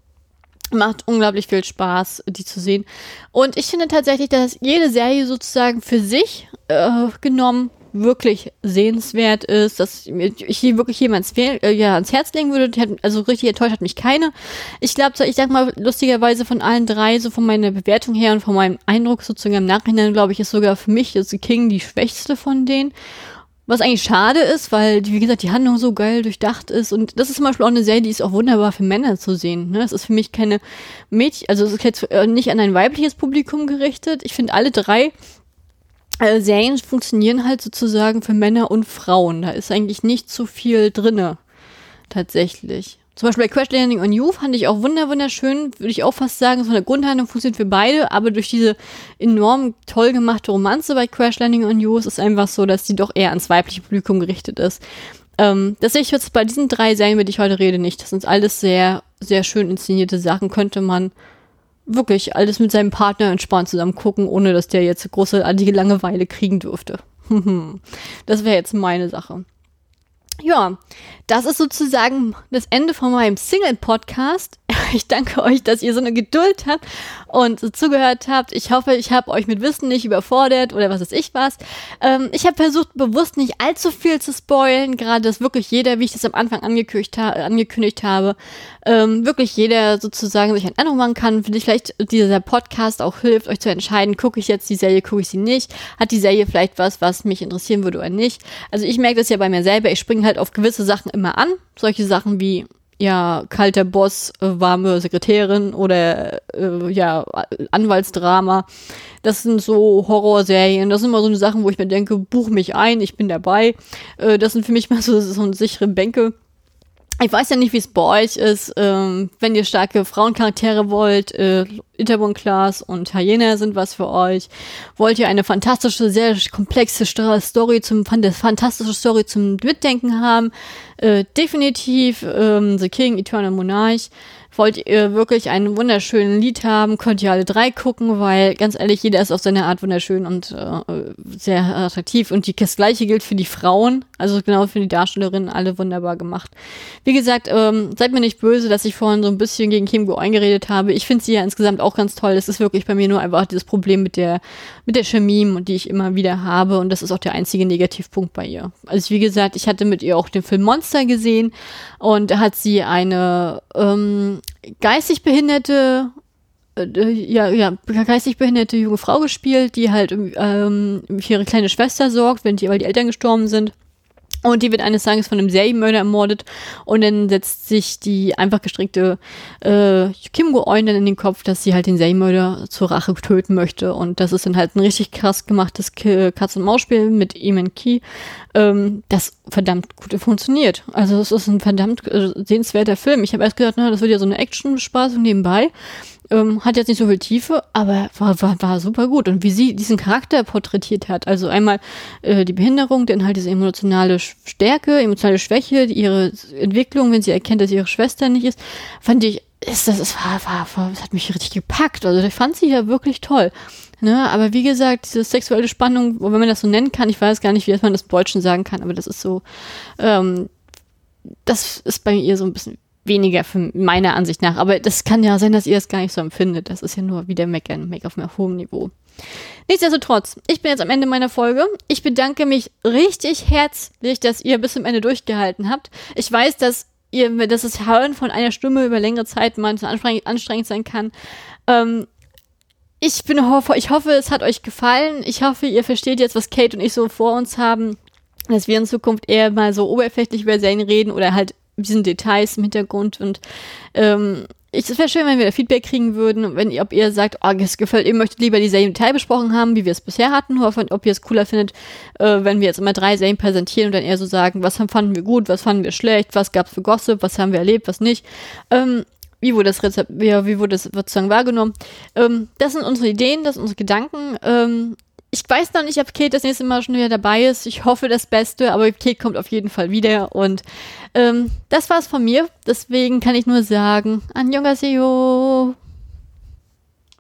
S1: macht unglaublich viel Spaß, die zu sehen. Und ich finde tatsächlich, dass jede Serie sozusagen für sich äh, genommen wirklich sehenswert ist, dass ich hier wirklich jemand äh, ja, ans Herz legen würde. Also richtig enttäuscht hat mich keine. Ich glaube, ich sag mal, lustigerweise von allen drei, so von meiner Bewertung her und von meinem Eindruck sozusagen im Nachhinein, glaube ich, ist sogar für mich ist King die schwächste von denen. Was eigentlich schade ist, weil, wie gesagt, die Handlung so geil durchdacht ist. Und das ist zum Beispiel auch eine Serie, die ist auch wunderbar für Männer zu sehen. Ne? Es ist für mich keine Mädchen, also es ist jetzt nicht an ein weibliches Publikum gerichtet. Ich finde, alle drei äh, Serien funktionieren halt sozusagen für Männer und Frauen. Da ist eigentlich nicht zu viel drinne, tatsächlich. Zum Beispiel bei Crash Landing on You fand ich auch wunder wunderschön, würde ich auch fast sagen, so eine Grundhandlung funktioniert für beide, aber durch diese enorm toll gemachte Romanze bei Crash Landing on You ist es einfach so, dass die doch eher ans weibliche Publikum gerichtet ist. Ähm, das sehe ich jetzt bei diesen drei Serien, über die ich heute rede, nicht. Das sind alles sehr, sehr schön inszenierte Sachen, könnte man wirklich alles mit seinem Partner entspannt zusammen gucken, ohne dass der jetzt großartige Langeweile kriegen dürfte. Das wäre jetzt meine Sache. Ja, das ist sozusagen das Ende von meinem Single-Podcast. Ich danke euch, dass ihr so eine Geduld habt und so zugehört habt. Ich hoffe, ich habe euch mit Wissen nicht überfordert oder was weiß ich was. Ähm, ich habe versucht, bewusst nicht allzu viel zu spoilen, gerade dass wirklich jeder, wie ich das am Anfang angekündigt, ha- angekündigt habe, ähm, wirklich jeder sozusagen sich einen Eindruck machen kann. Finde ich vielleicht dieser Podcast auch hilft, euch zu entscheiden, gucke ich jetzt die Serie, gucke ich sie nicht. Hat die Serie vielleicht was, was mich interessieren würde oder nicht? Also ich merke das ja bei mir selber, ich springe halt auf gewisse Sachen immer an. Solche Sachen wie ja, kalter Boss, äh, warme Sekretärin oder äh, ja, Anwaltsdrama. Das sind so Horrorserien. Das sind immer so eine Sachen, wo ich mir denke, buch mich ein, ich bin dabei. Äh, das sind für mich mal so, so eine sichere Bänke. Ich weiß ja nicht, wie es bei euch ist. Ähm, wenn ihr starke Frauencharaktere wollt, äh, Itaewon Class und Hyena sind was für euch. Wollt ihr eine fantastische, sehr komplexe Story zum, fantastische Story zum Mitdenken haben? Äh, definitiv ähm, The King, Eternal Monarch. Wollt ihr wirklich einen wunderschönen Lied haben, könnt ihr alle drei gucken, weil ganz ehrlich, jeder ist auf seine Art wunderschön und äh, sehr attraktiv. Und die, das Gleiche gilt für die Frauen, also genau für die Darstellerinnen, alle wunderbar gemacht. Wie gesagt, ähm, seid mir nicht böse, dass ich vorhin so ein bisschen gegen Kim Go-eun geredet habe. Ich finde sie ja insgesamt auch ganz toll. Es ist wirklich bei mir nur einfach dieses Problem mit der mit der Chemie, die ich immer wieder habe. Und das ist auch der einzige Negativpunkt bei ihr. Also wie gesagt, ich hatte mit ihr auch den Film Monster gesehen und da hat sie eine ähm, geistig behinderte, äh, ja, ja, geistig behinderte junge Frau gespielt, die halt ähm, für ihre kleine Schwester sorgt, wenn die, weil die Eltern gestorben sind. Und die wird eines Tages von einem Serienmörder ermordet und dann setzt sich die einfach gestrickte äh, Kim Go-eun dann in den Kopf, dass sie halt den Serienmörder zur Rache töten möchte. Und das ist dann halt ein richtig krass gemachtes Katz-und-Maus-Spiel mit Eamon Key, ähm, das verdammt gut funktioniert. Also es ist ein verdammt äh, sehenswerter Film. Ich habe erst gedacht, na, das wird ja so eine Action-Spaß nebenbei. Ähm, hat jetzt nicht so viel Tiefe, aber war, war, war super gut. Und wie sie diesen Charakter porträtiert hat, also einmal äh, die Behinderung, dann halt diese emotionale Stärke, emotionale Schwäche, die, ihre Entwicklung, wenn sie erkennt, dass ihre Schwester nicht ist, fand ich, ist das, es war, war, war, das hat mich richtig gepackt. Also ich fand sie ja wirklich toll. Ne? Aber wie gesagt, diese sexuelle Spannung, wenn man das so nennen kann, ich weiß gar nicht, wie man das im Deutschen sagen kann, aber das ist so, ähm, das ist bei ihr so ein bisschen weniger für meiner Ansicht nach. Aber das kann ja sein, dass ihr es gar nicht so empfindet. Das ist ja nur wieder Meckern, Make auf mehr hohem Niveau. Nichtsdestotrotz, ich bin jetzt am Ende meiner Folge. Ich bedanke mich richtig herzlich, dass ihr bis zum Ende durchgehalten habt. Ich weiß, dass ihr, dass das Hören von einer Stimme über längere Zeit manchmal anstrengend, anstrengend sein kann. Ähm, ich bin hoffe, ich hoffe, es hat euch gefallen. Ich hoffe, ihr versteht jetzt, was Kate und ich so vor uns haben, dass wir in Zukunft eher mal so oberflächlich über Serien reden oder halt diesen Details im Hintergrund und ähm, ich, es wäre schön, wenn wir da Feedback kriegen würden, wenn ihr, ob ihr sagt, oh, es gefällt, ihr möchtet lieber die Serien im Detail besprochen haben, wie wir es bisher hatten, oder ob ihr es cooler findet, äh, wenn wir jetzt immer drei Serien präsentieren und dann eher so sagen, was fanden wir gut, was fanden wir schlecht, was gab's für Gossip, was haben wir erlebt, was nicht. Ähm, wie wurde das Rezept, wie, wie wurde das sozusagen wahrgenommen? Ähm, das sind unsere Ideen, das sind unsere Gedanken. Ähm, Ich weiß noch nicht, ob Kate das nächste Mal schon wieder dabei ist. Ich hoffe das Beste, aber Kate kommt auf jeden Fall wieder. Und ähm, das war's von mir. Deswegen kann ich nur sagen, Annyeonghaseyo.